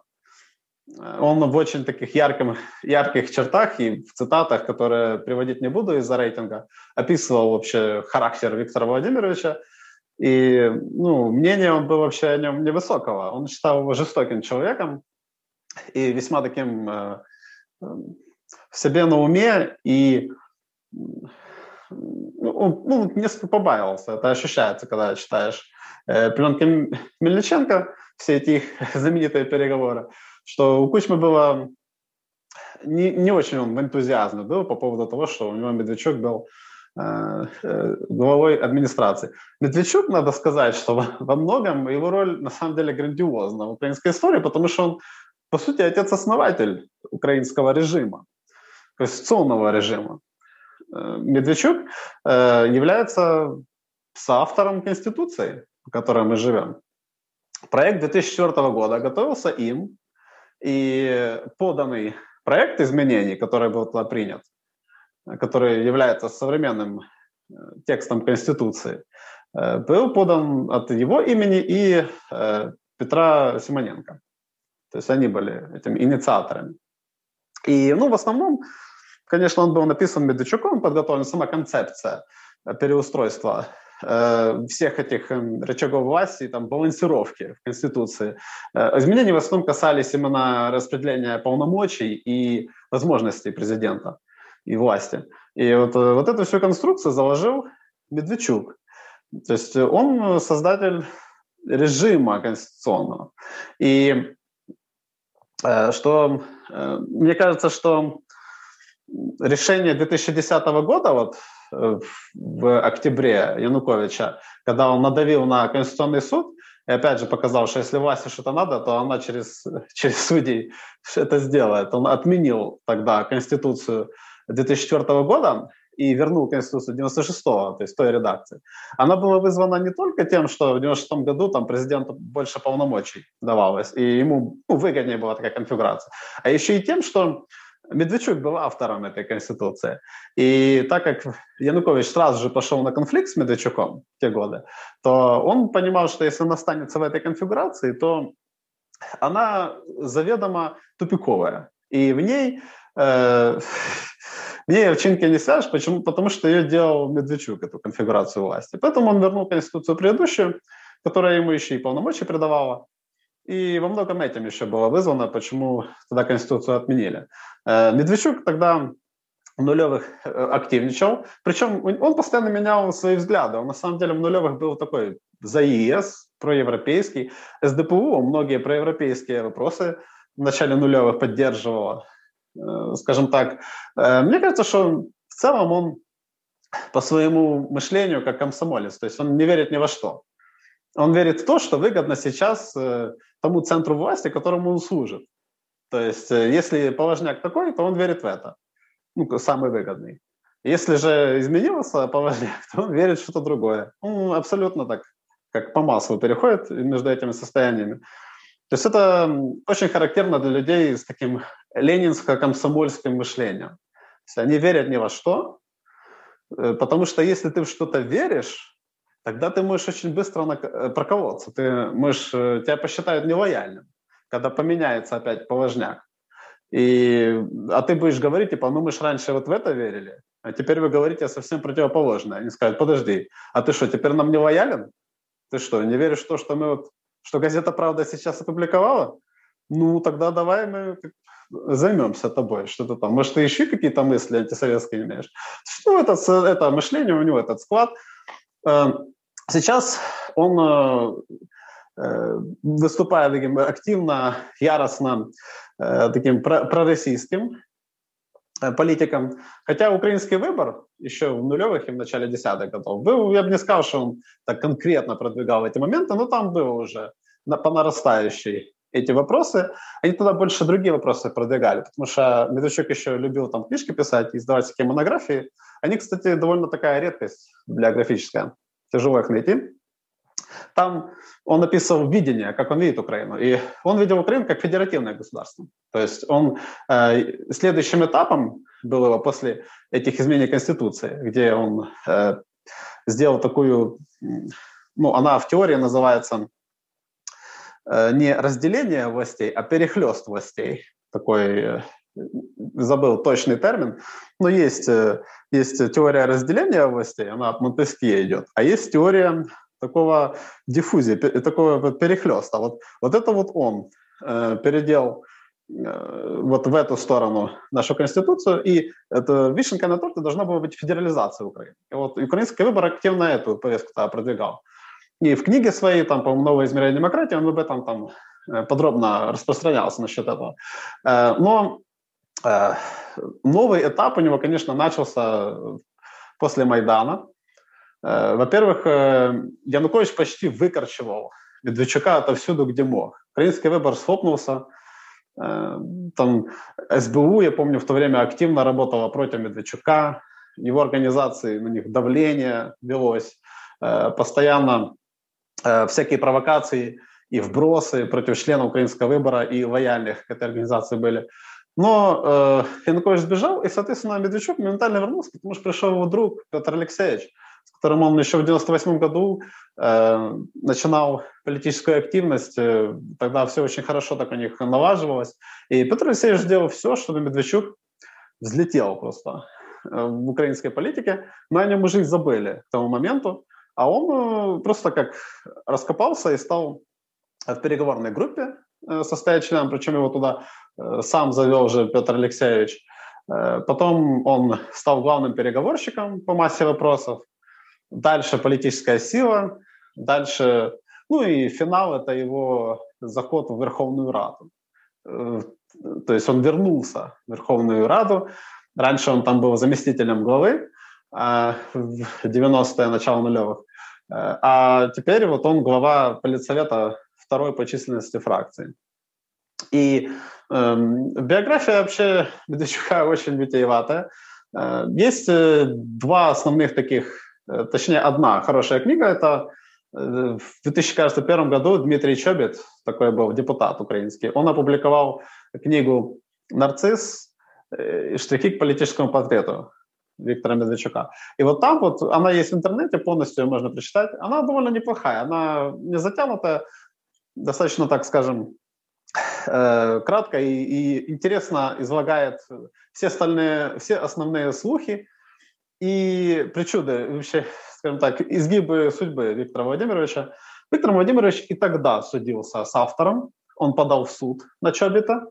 Он в очень таких ярких, ярких чертах и в цитатах, которые приводить не буду из-за рейтинга, описывал вообще характер Виктора Владимировича. И ну, мнение он был вообще о нем невысокого. Он считал его жестоким человеком и весьма таким э, в себе на уме. И он ну, несколько побаивался. Это ощущается, когда читаешь э, пленки Мельниченко, все эти их знаменитые переговоры, что у Кучмы было не, не очень он в энтузиазме был по поводу того, что у него Медведчук был э, э, главой администрации. Медведчук, надо сказать, что во, во многом его роль на самом деле грандиозна в украинской истории, потому что он, по сути, отец-основатель украинского режима, конституционного режима. Э, Медведчук э, является соавтором Конституции, в которой мы живем. Проект две тысячи четвёртого года готовился им, и поданный проект изменений, который был туда принят, который является современным текстом Конституции, был подан от его имени и Петра Симоненко. То есть они были этими инициаторами. И, ну, в основном, конечно, он был написан Медведчуком, подготовлена сама концепция переустройства э, всех этих э, рычагов власти, там, балансировки в Конституции. Э, изменения в основном касались именно распределения полномочий и возможностей президента и власти. И вот, вот эту всю конструкцию заложил Медведчук. То есть он создатель режима конституционного. И э, что, э, мне кажется, что решение две тысячи десятого года, вот э, в октябре Януковича, когда он надавил на Конституционный суд, и опять же показал, что если власти что-то надо, то она через, через судей это сделает. Он отменил тогда Конституцию две тысячи четвёртого года и вернул Конституцию девяносто шестого, то есть той редакции. Она была вызвана не только тем, что в девяносто шестом году там президенту больше полномочий давалось, и ему, ну, выгоднее была такая конфигурация, а еще и тем, что Медведчук был автором этой Конституции. И так как Янукович сразу же пошел на конфликт с Медведчуком в те годы, то он понимал, что если он останется в этой конфигурации, то она заведомо тупиковая. И в ней... Э, В ней овчинки не свяжешь, почему? Потому что ее делал Медведчук, эту конфигурацию власти. Поэтому он вернул Конституцию предыдущую, которая ему еще и полномочия придавала. И во многом этим еще было вызвано, почему тогда Конституцию отменили. Медведчук тогда в нулевых активничал, причем он постоянно менял свои взгляды. Он на самом деле в нулевых был такой за ЕС, проевропейский. СДПУ многие проевропейские вопросы в начале нулевых поддерживала. Скажем так, мне кажется, что в целом он по своему мышлению как комсомолец, то есть он не верит ни во что. Он верит в то, что выгодно сейчас тому центру власти, которому он служит. То есть если положняк такой, то он верит в это, ну, самый выгодный. Если же изменился положняк, то он верит в что-то другое. Он абсолютно так, как по маслу переходит между этими состояниями. То есть это очень характерно для людей с таким ленинско-комсомольским мышлением. То есть они верят ни во что, потому что если ты в что-то веришь, тогда ты можешь очень быстро проколоться. Ты можешь, тебя посчитают нелояльным, когда поменяется опять положняк. И, а ты будешь говорить, типа, ну мы же раньше вот в это верили, а теперь вы говорите совсем противоположное. Они скажут, подожди, а ты что, теперь нам не лоялен? Ты что, не веришь в то, что мы вот что газета «Правда» сейчас опубликовала? Ну, тогда давай мы займемся тобой. Что ты там? Может, ты еще какие-то мысли антисоветские имеешь? Ну, это, это мышление у него, этот склад. Сейчас он, выступая таким активно, яростно таким пророссийским политиком, хотя украинский выбор еще в нулевых и в начале десятых годов был, я бы не сказал, что он так конкретно продвигал эти моменты, но там было уже на, по нарастающей эти вопросы. Они тогда больше другие вопросы продвигали, потому что Медведчук еще любил там книжки писать и издавать всякие монографии. Они, кстати, довольно такая редкость библиографическая, тяжело их найти. Там он описывал видение, как он видит Украину. И он видел Украину как федеративное государство. То есть он э, следующим этапом был его после этих изменений Конституции, где он э, сделал такую, ну, она в теории называется э, не разделение властей, а перехлёст властей. Такой, э, забыл точный термин, но есть, э, есть теория разделения властей, она от Монтескье идет, а есть теория такого диффузии, такого перехлёста. Вот, вот это вот он э, передел э, вот в эту сторону нашу Конституцию, и это вишенка на торте должна была быть федерализация Украины. И вот украинский выбор активно эту повестку продвигал. И в книге своей, там, по-моему, «Новое измерение демократии», он об этом там подробно распространялся насчет этого. Э, но э, новый этап у него, конечно, начался после Майдана. Во-первых, Янукович почти выкорчевал Медведчука отовсюду, где мог. Украинский выбор схлопнулся. Там СБУ, я помню, в то время активно работала против Медведчука. Его организации, на них давление велось. э, постоянно э, всякие провокации и вбросы против членов украинского выбора и лояльных к этой организации были. Но э, Янукович сбежал, и, соответственно, Медведчук моментально вернулся, потому что пришел его друг Петр Алексеевич, с которым он еще в девяносто восьмом году э, начинал политическую активность. Тогда все очень хорошо так у них налаживалось. И Петр Алексеевич сделал все, чтобы Медведчук взлетел просто в украинской политике. Но о нем уже и забыли к тому моменту. А он просто как раскопался и стал в переговорной группе состоять членом, причем его туда сам завел же Петр Алексеевич. Потом он стал главным переговорщиком по массе вопросов. Дальше политическая сила. Дальше, ну и финал – это его заход в Верховную Раду. То есть он вернулся в Верховную Раду. Раньше он там был заместителем главы в девяностые, начало нулевых. А теперь вот он глава политсовета второй по численности фракции. И э, биография вообще Медведчука очень витиеватая. Э, есть э, два основных таких, э, точнее одна хорошая книга. Это э, в две тысячи первом году Дмитрий Чобит, такой был депутат украинский, он опубликовал книгу «Нарцисс. Э, штрихи к политическому портрету» Виктора Медведчука. И вот там вот, она есть в интернете, полностью ее можно прочитать. Она довольно неплохая, она не затянутая, достаточно, так скажем, э, кратко и, и интересно излагает все остальные, все основные слухи и причуды, вообще, скажем так, изгибы судьбы Виктора Владимировича. Виктор Владимирович и тогда судился с автором, он подал в суд на Чобита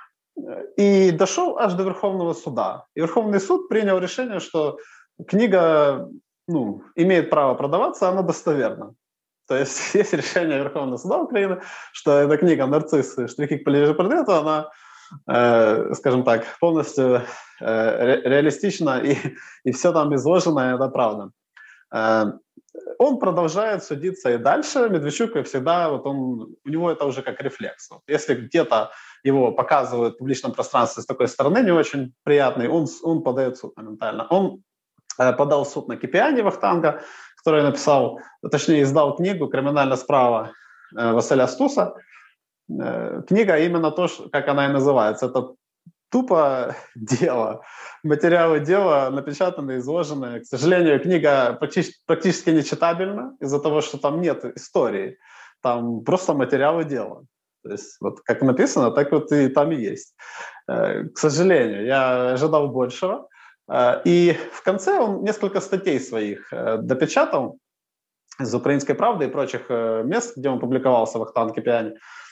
и дошел аж до Верховного суда. И Верховный суд принял решение, что книга, ну, имеет право продаваться, она достоверна. То есть есть решение Верховного суда Украины, что эта книга «Нарциссы. Штрихи к политическому портрету», она, э, скажем так, полностью э, ре- реалистична, и, и все там изложено, и это правда. Э, он продолжает судиться и дальше. Медведчук, как всегда, вот он, у него это уже как рефлекс. Вот если где-то его показывают в публичном пространстве с такой стороны не очень приятный, он, он подает в суд моментально. Он э, подал в суд на Кипиани Вахтанга, который написал, точнее, издал книгу «Криминальная справа» э, Василя Стуса. Э, книга именно то, как она и называется. Это тупо дело. Материалы дела напечатаны, изложены. К сожалению, книга практически, практически нечитабельна из-за того, что там нет истории. Там просто материалы дела. То есть вот как написано, так вот и там и есть. Э, к сожалению, я ожидал большего. И в конце он несколько статей своих допечатал из «Украинской правды» и прочих мест, где он публиковался, Вахтанг Кипиани.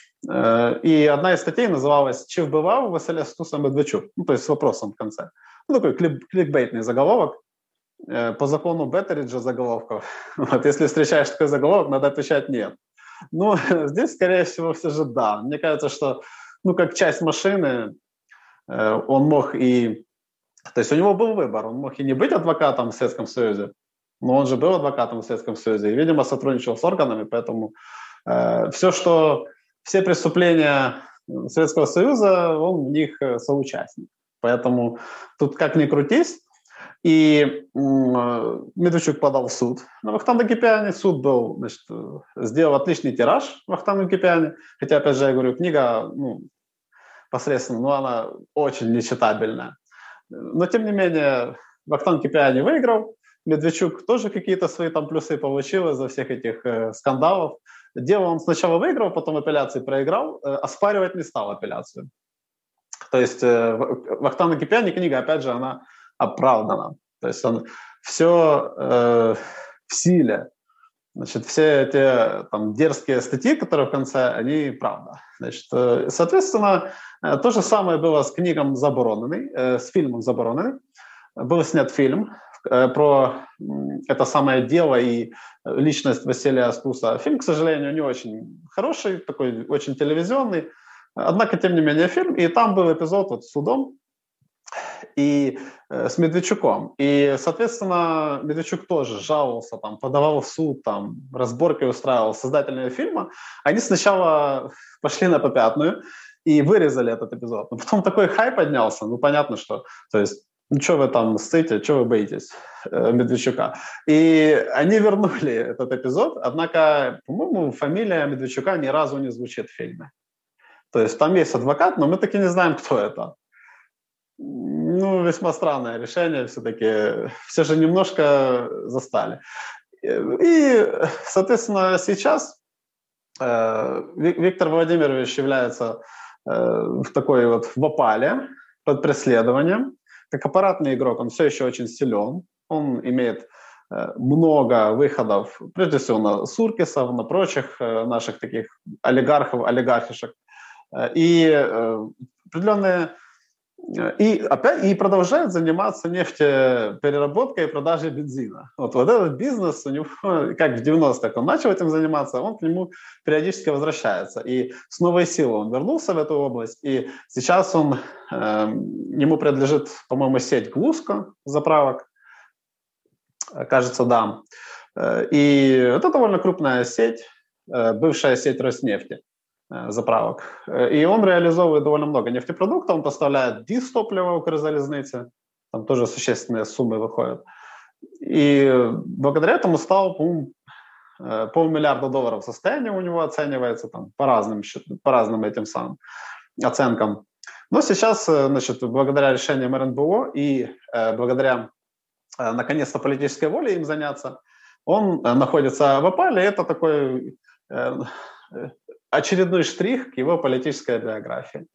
И одна из статей называлась «Чи вбивав Василя Стуса Медведчук?» Ну, то есть с вопросом в конце. Ну, такой клик- кликбейтный заголовок. По закону Беттериджа заголовков. Вот, если встречаешь такой заголовок, надо отвечать «нет». Ну, здесь, скорее всего, все же да. Мне кажется, что, ну, как часть машины, он мог и... То есть у него был выбор. Он мог и не быть адвокатом в Советском Союзе, но он же был адвокатом в Советском Союзе и, видимо, сотрудничал с органами, поэтому э, все, что, все преступления Советского Союза, он в них соучастник. Поэтому тут как ни крутись. И э, Медведчук подал в суд на Вахтанга Кипиани. Суд был, значит, сделал отличный тираж Вахтангу Кипиани. Хотя, опять же, я говорю, книга, ну, посредственно, но она очень нечитабельная. Но, тем не менее, Вахтанг Кипиани выиграл. Медведчук тоже какие-то свои там плюсы получил из-за всех этих э, скандалов. Дело он сначала выиграл, потом апелляции проиграл, э, оспаривать не стал апелляцию. То есть э, Вахтанг Кипиани книга, опять же, она оправдана. То есть он все э, в силе. Значит, все эти там дерзкие статьи, которые в конце, они правда. Значит, э, соответственно, э, то же самое было с книгом «Забороненный», э, с фильмом «Забороненный». Был снят фильм э, про э, это самое дело и личность Василия Стуса. Фильм, к сожалению, не очень хороший, такой очень телевизионный. Однако, тем не менее, фильм. И там был эпизод вот с судом и э, с Медведчуком. И, соответственно, Медведчук тоже жаловался, там, подавал в суд, там, разборки устраивал создатели фильма. Они сначала пошли на попятную и вырезали этот эпизод. Но потом такой хайп поднялся, ну, понятно, что... То есть ну что вы там стоите, что вы боитесь э, Медведчука? И они вернули этот эпизод, однако, по-моему, фамилия Медведчука ни разу не звучит в фильме. То есть там есть адвокат, но мы таки не знаем, кто это. Ну, весьма странное решение все-таки. Все же немножко застали. И, соответственно, сейчас э, Виктор Владимирович является э, в такой вот в опале под преследованием. Как аппаратный игрок он все еще очень силен. Он имеет э, много выходов, прежде всего на Суркисов, на прочих э, наших таких олигархов, олигархишек. И э, определенные и опять и продолжает заниматься нефтепереработкой и продажей бензина. Вот, вот этот бизнес у него, как в девяностых он начал этим заниматься, он к нему периодически возвращается. И с новой силой он вернулся в эту область, и сейчас он, э, ему принадлежит, по-моему, сеть Глуско заправок, кажется, да. И это довольно крупная сеть, бывшая сеть Роснефти заправок. И он реализовывает довольно много нефтепродуктов, он поставляет дизтопливо Укрзалезнице, там тоже существенные суммы выходят. И благодаря этому стал, по-моему, полмиллиарда долларов состояние у него оценивается там, по разным, по разным этим самым оценкам. Но сейчас, значит, благодаря решениям эр эн бэ о и э, благодаря, э, наконец-то, политической воле им заняться, он э, находится в опале. Это такой э, очередной штрих к его политической биографии.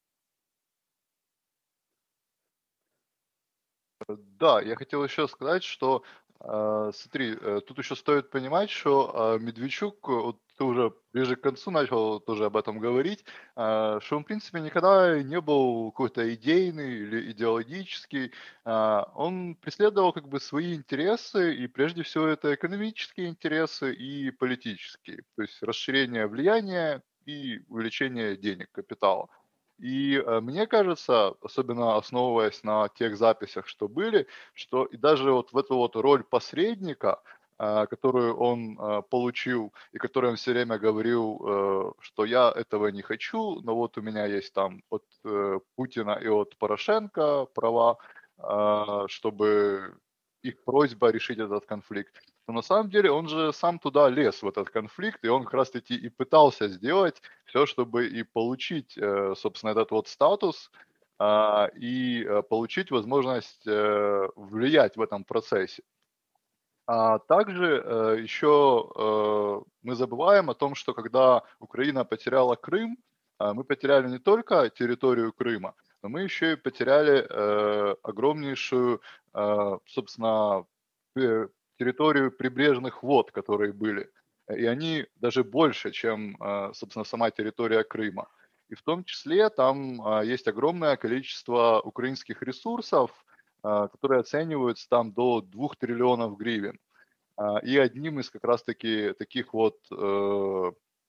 Да, я хотел еще сказать, что, э, смотри, э, тут еще стоит понимать, что э, Медведчук, вот ты уже ближе к концу начал тоже об этом говорить, э, что он, в принципе, никогда не был какой-то идейный или идеологический. Э, он преследовал как бы свои интересы, и прежде всего это экономические интересы и политические, то есть расширение влияния и увеличение денег, капитала. И э, мне кажется, особенно основываясь на тех записях, что были, что и даже вот в эту вот роль посредника, э, которую он э, получил, и которой он все время говорил, э, что я этого не хочу, но вот у меня есть там от э, Путина и от Порошенко права, э, чтобы их просьба решить этот конфликт. Но на самом деле он же сам туда лез, в этот конфликт, и он как раз-таки и пытался сделать все, чтобы и получить, э, собственно, этот вот статус, а, и э, получить возможность э, влиять в этом процессе. А также э, еще э, мы забываем о том, что когда Украина потеряла Крым, а, мы потеряли не только территорию Крыма, но мы еще и потеряли э, огромнейшую, э, собственно, э, территорию прибрежных вод, которые были. И они даже больше, чем, э, собственно, сама территория Крыма. И в том числе там а, есть огромное количество украинских ресурсов, а, которые оцениваются там до двух триллионов гривен. А, И одним из как раз-таки таких вот э,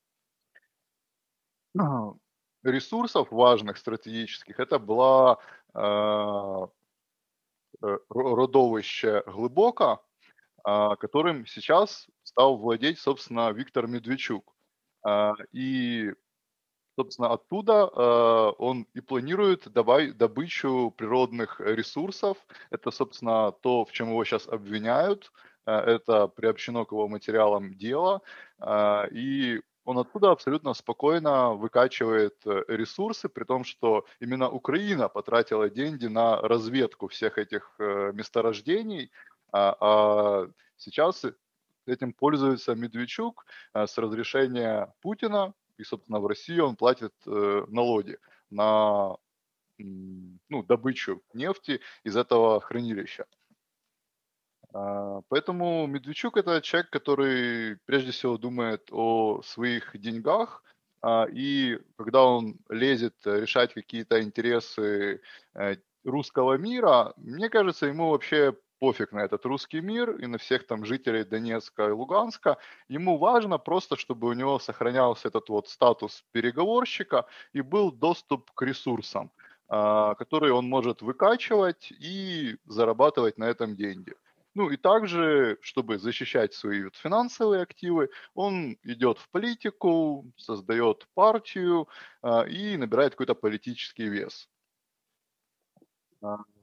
а, ресурсов важных, стратегических, это была а, э, ро- родовище Глубоко, а, которым сейчас стал владеть, собственно, Виктор Медведчук. А, И собственно, оттуда э, он и планирует давай, добычу природных ресурсов. Это, собственно, то, в чем его сейчас обвиняют. Э, это приобщено к его материалам дела. Э, и он оттуда абсолютно спокойно выкачивает э, ресурсы, при том, что именно Украина потратила деньги на разведку всех этих э, месторождений, а, а сейчас этим пользуется Медведчук э, с разрешения Путина, и, собственно, в России он платит э, налоги на м, ну, добычу нефти из этого хранилища. А, Поэтому Медведчук – это человек, который прежде всего думает о своих деньгах, а, и когда он лезет э, решать какие-то интересы э, русского мира, мне кажется, ему вообще пофиг на этот русский мир и на всех там жителей Донецка и Луганска. Ему важно просто, чтобы у него сохранялся этот вот статус переговорщика и был доступ к ресурсам, а, которые он может выкачивать и зарабатывать на этом деньги. Ну и также, чтобы защищать свои вот финансовые активы, он идет в политику, создает партию а, и набирает какой-то политический вес. А,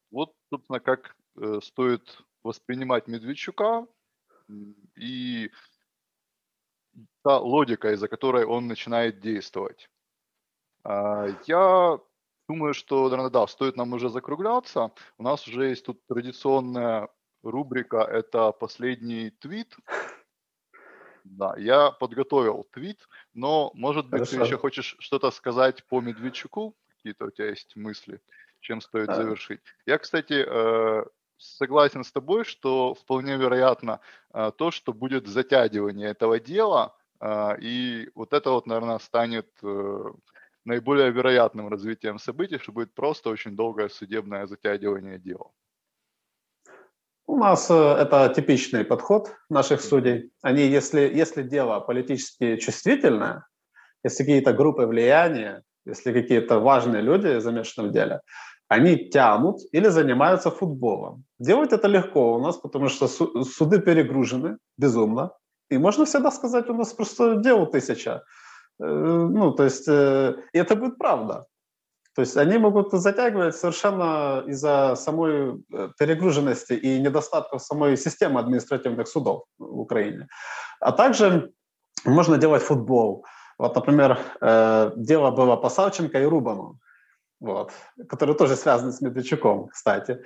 Вот, собственно, как э, стоит воспринимать Медведчука м, и та логика, из-за которой он начинает действовать. А, Я думаю, что, наверное, да, стоит нам уже закругляться. У нас уже есть тут традиционная рубрика «Это последний твит». Да, я подготовил твит, но, может быть, ты еще Хорошо. хочешь что-то сказать по Медведчуку? Какие-то у тебя есть мысли, чем стоит Э, завершить? Я, кстати, э, согласен с тобой, что вполне вероятно э, то, что будет затягивание этого дела, э, и вот это вот, наверное, станет э, наиболее вероятным развитием событий, что будет просто очень долгое судебное затягивание дела. У нас э, это типичный подход наших Мгм. судей. Они, если, если дело политически чувствительное, если какие-то группы влияния, если какие-то важные люди замешаны в деле, они тянут или занимаются футболом. Делать это легко у нас, потому что су- суды перегружены безумно. И можно всегда сказать, у нас просто дел тысяча. Э, Ну, то есть, э, и это будет правда. То есть они могут затягивать совершенно из-за самой э, перегруженности и недостатков самой системы административных судов в Украине. А также можно делать футбол. Вот, например, э, дело было по Савченко и Рубану, вот, которые тоже связаны с Медведчуком, кстати.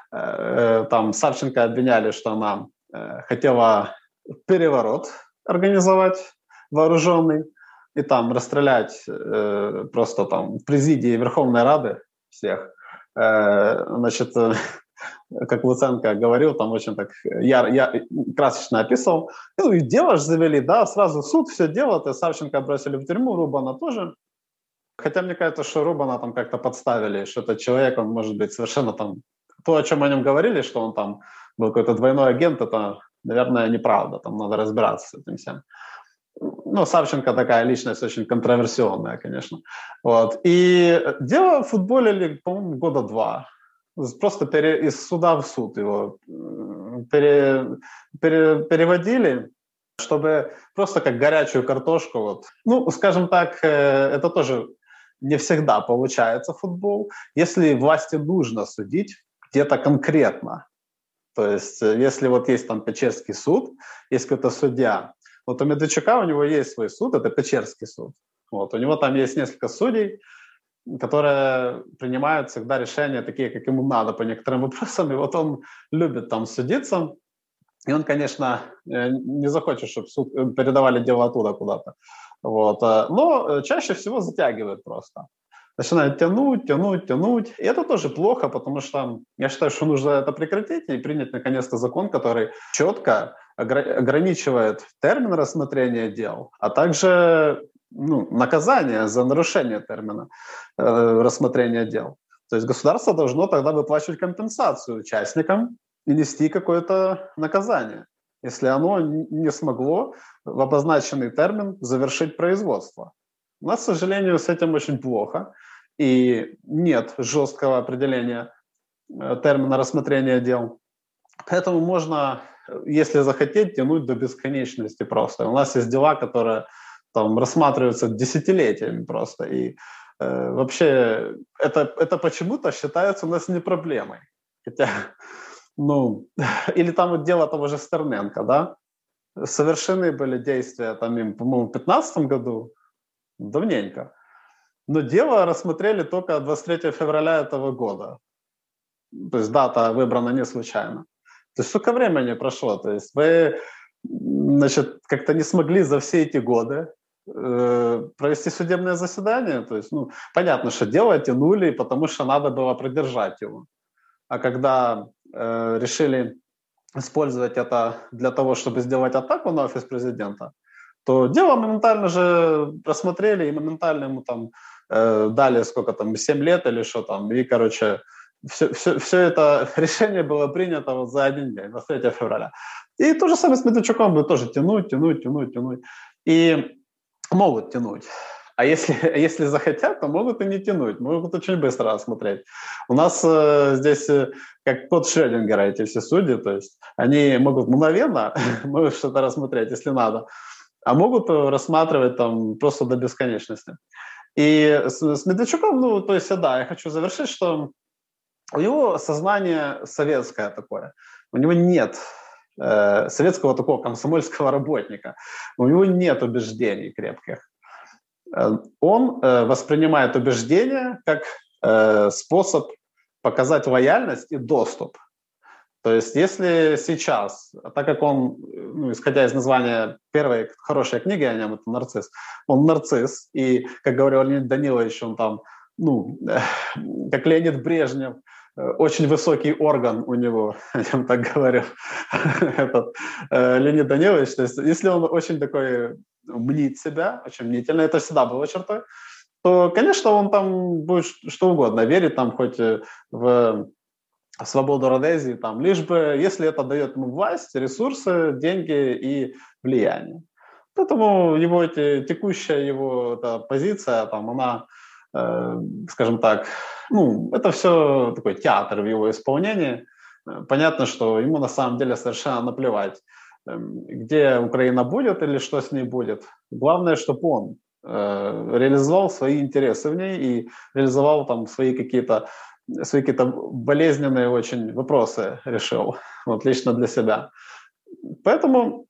Э, там Савченко обвиняли, что она э, хотела переворот организовать вооруженный и там расстрелять э, просто там в президии Верховной Рады всех. Э, значит, э, как Луценко говорил, там очень так я, я красочно описывал. Ну и дело же завели, да, сразу в суд, все дело, то Савченко бросили в тюрьму, Рубана тоже. Хотя мне кажется, что Рубана там как-то подставили, что этот человек, он может быть совершенно там... То, о чем о нем говорили, что он там был какой-то двойной агент, это, наверное, неправда. Там надо разбираться с этим всем. Ну, Савченко такая личность очень контроверсионная, конечно. Вот. И дело футболили, по-моему, года два. Просто пере, из суда в суд его пере, пере, переводили, чтобы просто как горячую картошку. Вот. Ну, скажем так, это тоже не всегда получается футбол. Если власти нужно судить где-то конкретно, то есть если вот есть там Печерский суд, есть какой-то судья, вот у Медведчука у него есть свой суд, это Печерский суд. Вот, у него там есть несколько судей, которые принимают всегда решения такие, как ему надо по некоторым вопросам, и вот он любит там судиться, и он, конечно, не захочет, чтобы суд передавали дело оттуда куда-то. Вот. Но чаще всего затягивает просто. Начинают тянуть, тянуть, тянуть. И это тоже плохо, потому что я считаю, что нужно это прекратить и принять наконец-то закон, который четко ограничивает термин рассмотрения дел, а также ну, наказание за нарушение термина э, рассмотрения дел. То есть государство должно тогда выплачивать компенсацию участникам и нести какое-то наказание, если оно не смогло в обозначенный термин завершить производство. У нас, к сожалению, с этим очень плохо, и нет жесткого определения э, термина рассмотрения дел. Поэтому можно, если захотеть, тянуть до бесконечности просто. У нас есть дела, которые там рассматриваются десятилетиями просто, и э, вообще это, это почему-то считается у нас не проблемой. Хотя, ну, или там вот дело того же Стерненко, да, совершены были действия там им, по-моему, в пятнадцатом году, давненько, но дело рассмотрели только двадцать третьего февраля этого года. То есть дата выбрана не случайно. То есть сколько времени прошло? То есть вы, значит, как-то не смогли за все эти годы э, провести судебное заседание. То есть, ну, понятно, что дело тянули, потому что надо было продержать его. А когда э, решили использовать это для того, чтобы сделать атаку на офис президента, то дело моментально же рассмотрели и моментально ему там э, дали сколько там, семь лет или что там, и, короче, все, все, все это решение было принято вот за один день, двадцать третьего февраля. И то же самое с Медведчуком будет тоже тянуть, тянуть, тянуть, тянуть. И могут тянуть. А если, если захотят, то могут и не тянуть, могут очень быстро рассмотреть. У нас э, здесь э, как код Шрёдингера эти все судьи, то есть они могут мгновенно могут что-то рассмотреть, если надо, а могут рассматривать там просто до бесконечности. И с, с Медведчуком, ну, то есть, да, я хочу завершить, что у него сознание советское такое. У него нет э, советского такого комсомольского работника. У него нет убеждений крепких. Э, он э, воспринимает убеждения как э, способ показать лояльность и доступ. То есть если сейчас, так как он, ну, исходя из названия первой хорошей книги о нем, это «Нарцисс», он нарцисс, и, как говорил Леонид Данилович, он там, ну, как Леонид Брежнев, очень высокий орган у него, о нем так говорил этот, Леонид Данилович. То есть если он очень такой мнит себя, очень мнительный, это всегда было чертой, то, конечно, он там будет что угодно, верит там хоть в свободу Родезии, там, лишь бы, если это дает ему власть, ресурсы, деньги и влияние. Поэтому его эти, текущая его эта позиция, там, она, э, скажем так, ну, это все такой театр в его исполнении. Понятно, что ему на самом деле совершенно наплевать, э, где Украина будет или что с ней будет. Главное, чтобы он э, реализовал свои интересы в ней и реализовал там свои какие-то свои какие-то болезненные очень вопросы решил, вот лично для себя. Поэтому,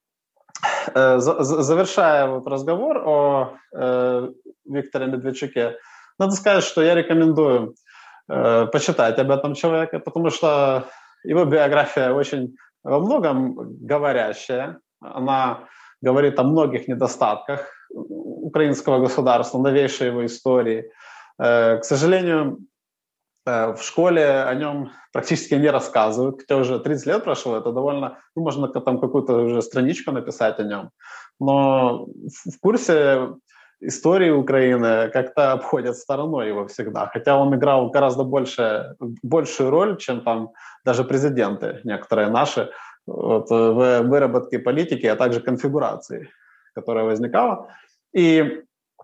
э, за, завершая вот разговор о э, Викторе Медведчуке, надо сказать, что я рекомендую э, почитать об этом человеке, потому что его биография очень во многом говорящая. Она говорит о многих недостатках украинского государства, новейшей его истории. Э, к сожалению, в школе о нем практически не рассказывают, хотя уже тридцать лет прошло, это довольно, ну, можно там какую-то уже страничку написать о нем, но в курсе истории Украины как-то обходят стороной его всегда, хотя он играл гораздо больше, большую роль, чем там даже президенты некоторые наши, вот, в выработке политики, а также конфигурации, которая возникала. И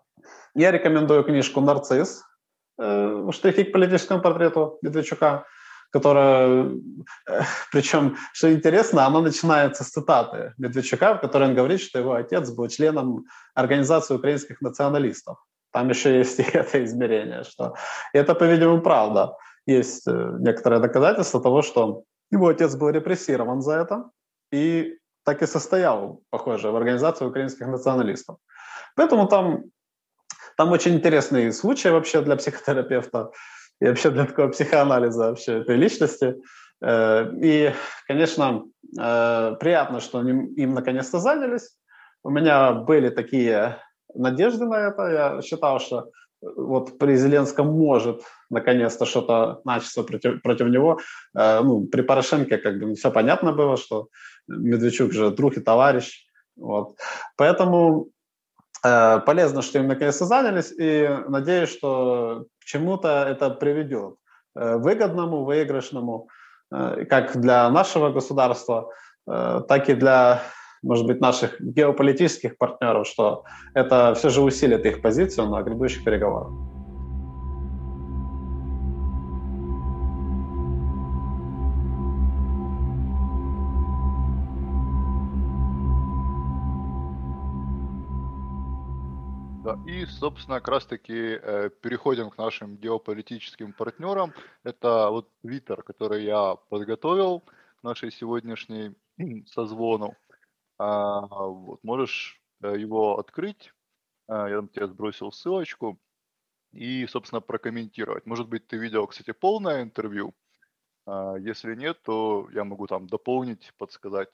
я рекомендую книжку «Нарцисс», штрихи к политическому портрету Медведчука, которая, причем, что интересно, она начинается с цитаты Медведчука, в которой он говорит, что его отец был членом Организации украинских националистов. Там еще есть и это измерение, что и это, по-видимому, правда. Есть некоторые доказательства того, что его отец был репрессирован за это и так и состоял, похоже, в Организации украинских националистов. Поэтому там Там очень интересный случай вообще для психотерапевта и вообще для такого психоанализа вообще этой личности. И, конечно, приятно, что им наконец-то занялись. У меня были такие надежды на это. Я считал, что вот при Зеленском может наконец-то что-то начаться против, против него. Ну, при Порошенке как бы все понятно было, что Медведчук же друг и товарищ. Вот. Поэтому полезно, что им наконец-то занялись, и надеюсь, что к чему-то это приведет. Выгодному, выигрышному, как для нашего государства, так и для, может быть, наших геополитических партнеров, что это все же усилит их позицию на грядущих переговорах. Да, и, собственно, как раз-таки э, переходим к нашим геополитическим партнерам. Это вот Твиттер, который я подготовил к нашей сегодняшней созвону. А, вот, можешь э, его открыть. А, я там тебе сбросил ссылочку. И, собственно, прокомментировать. Может быть, ты видел, кстати, полное интервью. А, если нет, то я могу там дополнить, подсказать.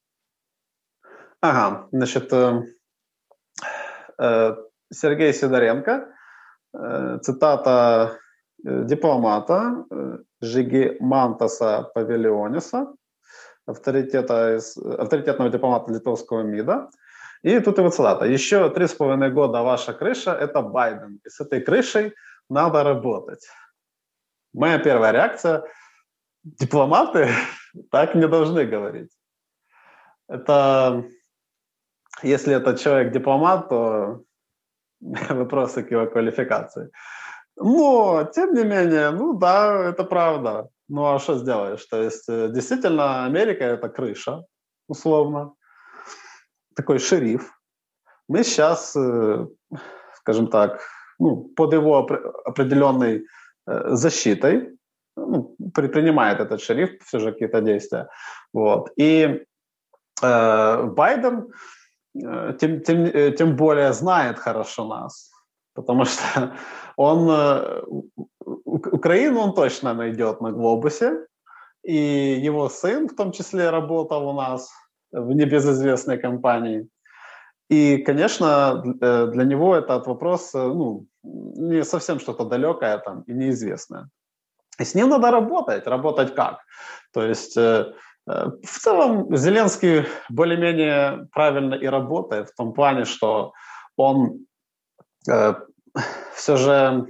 Ага, значит... Э, э... Сергей Сидоренко, цитата дипломата Жигимантаса Павилиониса, авторитета из, авторитетного дипломата литовского МИДа. И тут его цитата. «Еще три с половиной года ваша крыша – это Байден. И с этой крышей надо работать». Моя первая реакция – дипломаты так не должны говорить. Это, если этот человек дипломат, то вопросы к его квалификации. Но, тем не менее, ну да, это правда. Ну а что сделаешь? То есть, действительно, Америка – это крыша, условно. Такой шериф. Мы сейчас, скажем так, ну, под его определенной защитой. ну, предпринимает этот шериф все же какие-то действия. Вот. И э, Байден э, тем, тем, тем более знает хорошо нас, потому что он э, Украину он точно найдет на глобусе, и его сын в том числе работал у нас в небезызвестной компании. И, конечно, для него этот вопрос, ну, не совсем что-то далекое там и неизвестное. И с ним надо работать. Работать как? То есть в целом Зеленский более-менее правильно и работает в том плане, что он э, все же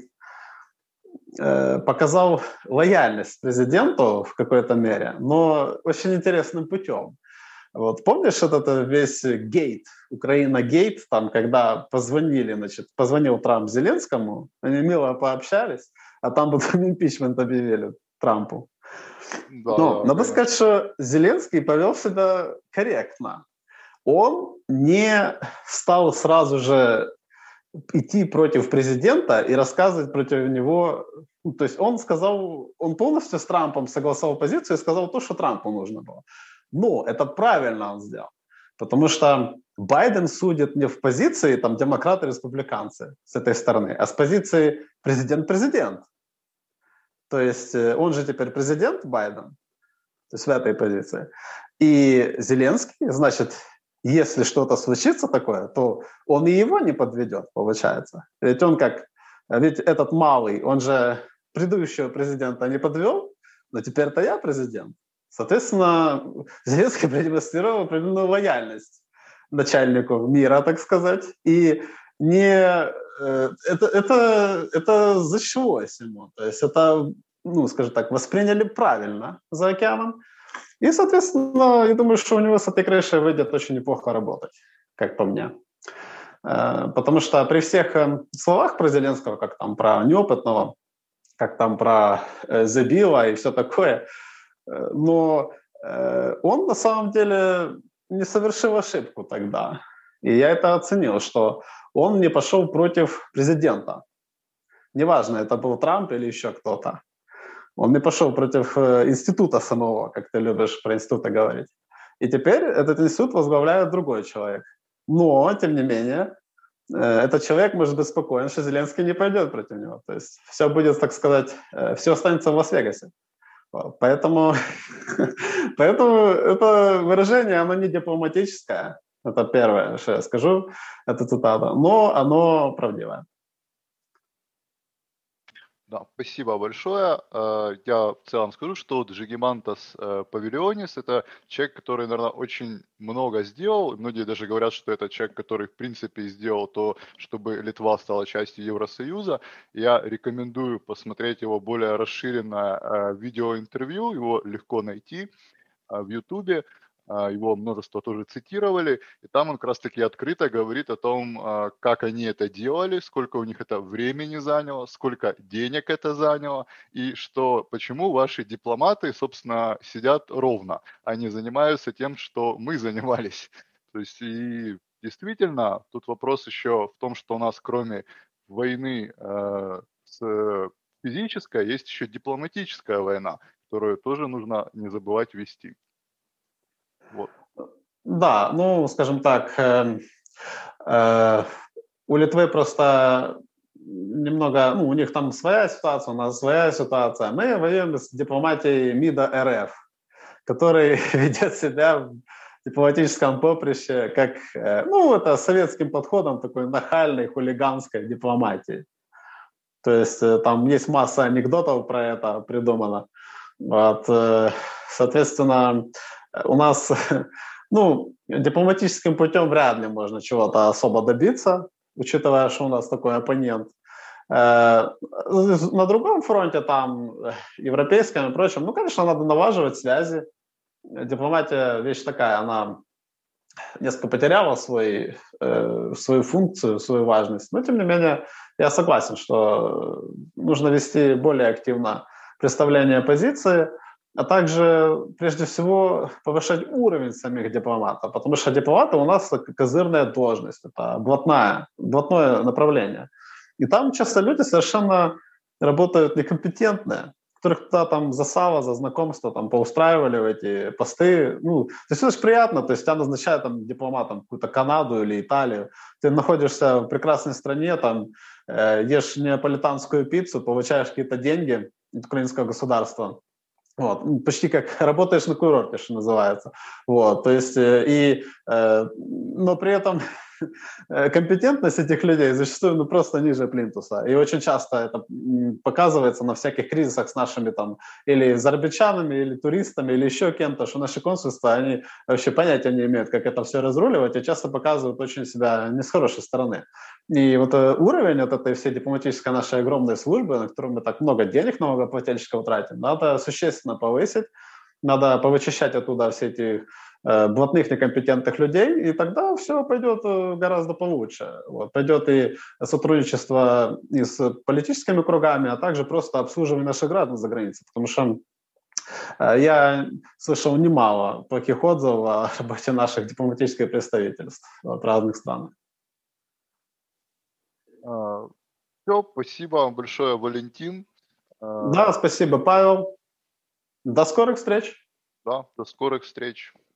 э, показал лояльность президенту в какой-то мере, но очень интересным путем. Вот помнишь этот весь гейт, Украина-гейт, там, когда позвонили, значит, позвонил Трамп Зеленскому, они мило пообщались, а там потом импичмент объявили Трампу. Да, Но да, надо конечно. сказать, что Зеленский повел себя корректно. Он не стал сразу же идти против президента и рассказывать против него. Ну, то есть он сказал, он полностью с Трампом согласовал позицию и сказал то, что Трампу нужно было. Но это правильно он сделал. Потому что Байден судит не в позиции там, демократы-республиканцы с этой стороны, а с позиции президент-президент. То есть он же теперь президент Байден, то есть в этой позиции. И Зеленский, значит, если что-то случится такое, то он и его не подведет, получается. Ведь он как, ведь этот малый, он же предыдущего президента не подвел, но теперь-то я президент. Соответственно, Зеленский продемонстрировал определенную лояльность начальнику мира, так сказать, и не это, это, это зачлось ему. То есть это, ну, скажем так, восприняли правильно за океаном. И, соответственно, я думаю, что у него с этой крышей выйдет очень неплохо работать, как по мне. Потому что при всех словах про Зеленского, как там про неопытного, как там про Забила и все такое, но он на самом деле не совершил ошибку тогда. И я это оценил, что он не пошел против президента. Неважно, это был Трамп или еще кто-то. Он не пошел против института самого, как ты любишь про институты говорить. И теперь этот институт возглавляет другой человек. Но, тем не менее, этот человек может быть спокоен, что Зеленский не пойдет против него. То есть все будет, так сказать, все останется в Лас-Вегасе. Поэтому, поэтому это выражение, оно не дипломатическое. Это первое, что я скажу, это цитата. Но оно правдивое. Да, спасибо большое. Я в целом скажу, что Джигимантас Павильонис — это человек, который, наверное, очень много сделал. Многие даже говорят, что это человек, который, в принципе, сделал то, чтобы Литва стала частью Евросоюза. Я рекомендую посмотреть его более расширенное видеоинтервью. Его легко найти в Ютубе. Его множество тоже цитировали, и там он как раз-таки открыто говорит о том, как они это делали, сколько у них это времени заняло, сколько денег это заняло, и что, почему ваши дипломаты, собственно, сидят ровно, а не занимаются тем, что мы занимались. То есть, и действительно, тут вопрос еще в том, что у нас кроме войны э, с физической, есть еще дипломатическая война, которую тоже нужно не забывать вести. Вот. Да, ну, скажем так, э, э, у Литвы просто немного, ну, у них там своя ситуация, у нас своя ситуация. Мы воюем с дипломатией МИДа РФ, который ведет себя в дипломатическом поприще как, э, ну, это советским подходом такой нахальной, хулиганской дипломатии. То есть э, там есть масса анекдотов про это придумано. Вот, э, соответственно, у нас, ну, дипломатическим путем вряд ли можно чего-то особо добиться, учитывая, что у нас такой оппонент. На другом фронте, там, европейском и прочем, ну, конечно, надо налаживать связи. Дипломатия вещь такая, она несколько потеряла свой, свою функцию, свою важность. Но, тем не менее, я согласен, что нужно вести более активно представление позиции, а также, прежде всего, повышать уровень самих дипломатов, потому что дипломаты у нас козырная должность, это блатное, блатное направление. И там часто люди совершенно работают некомпетентные, которых туда там за сало, за знакомство там поустраивали в эти посты. Ну, то есть это же приятно, то есть тебя назначают там дипломатом в какую-то Канаду или Италию. Ты находишься в прекрасной стране, там э, ешь неаполитанскую пиццу, получаешь какие-то деньги от украинского государства. Вот, ну, почти как работаешь на курорте, что называется. Вот, то есть, э, и, э, но при этом компетентность этих людей зачастую ну, просто ниже плинтуса. И очень часто это показывается на всяких кризисах с нашими там или зарабичанами, или туристами, или еще кем-то, что наши консульства, они вообще понятия не имеют, как это все разруливать, и часто показывают очень себя не с хорошей стороны. И вот уровень вот этой всей дипломатической нашей огромной службы, на которую мы так много денег налогоплательщиков тратим, надо существенно повысить, надо повычищать оттуда все эти э, блатных, некомпетентных людей, и тогда все пойдет э, гораздо получше. Вот. Пойдет и сотрудничество и с политическими кругами, а также просто обслуживание наших граждан за границей. Потому что э, я слышал немало плохих отзывов о работе наших дипломатических представительств в разных странах. Все, спасибо вам большое, Валентин. Да, спасибо, Павел. До скорых встреч. Да, до скорых встреч.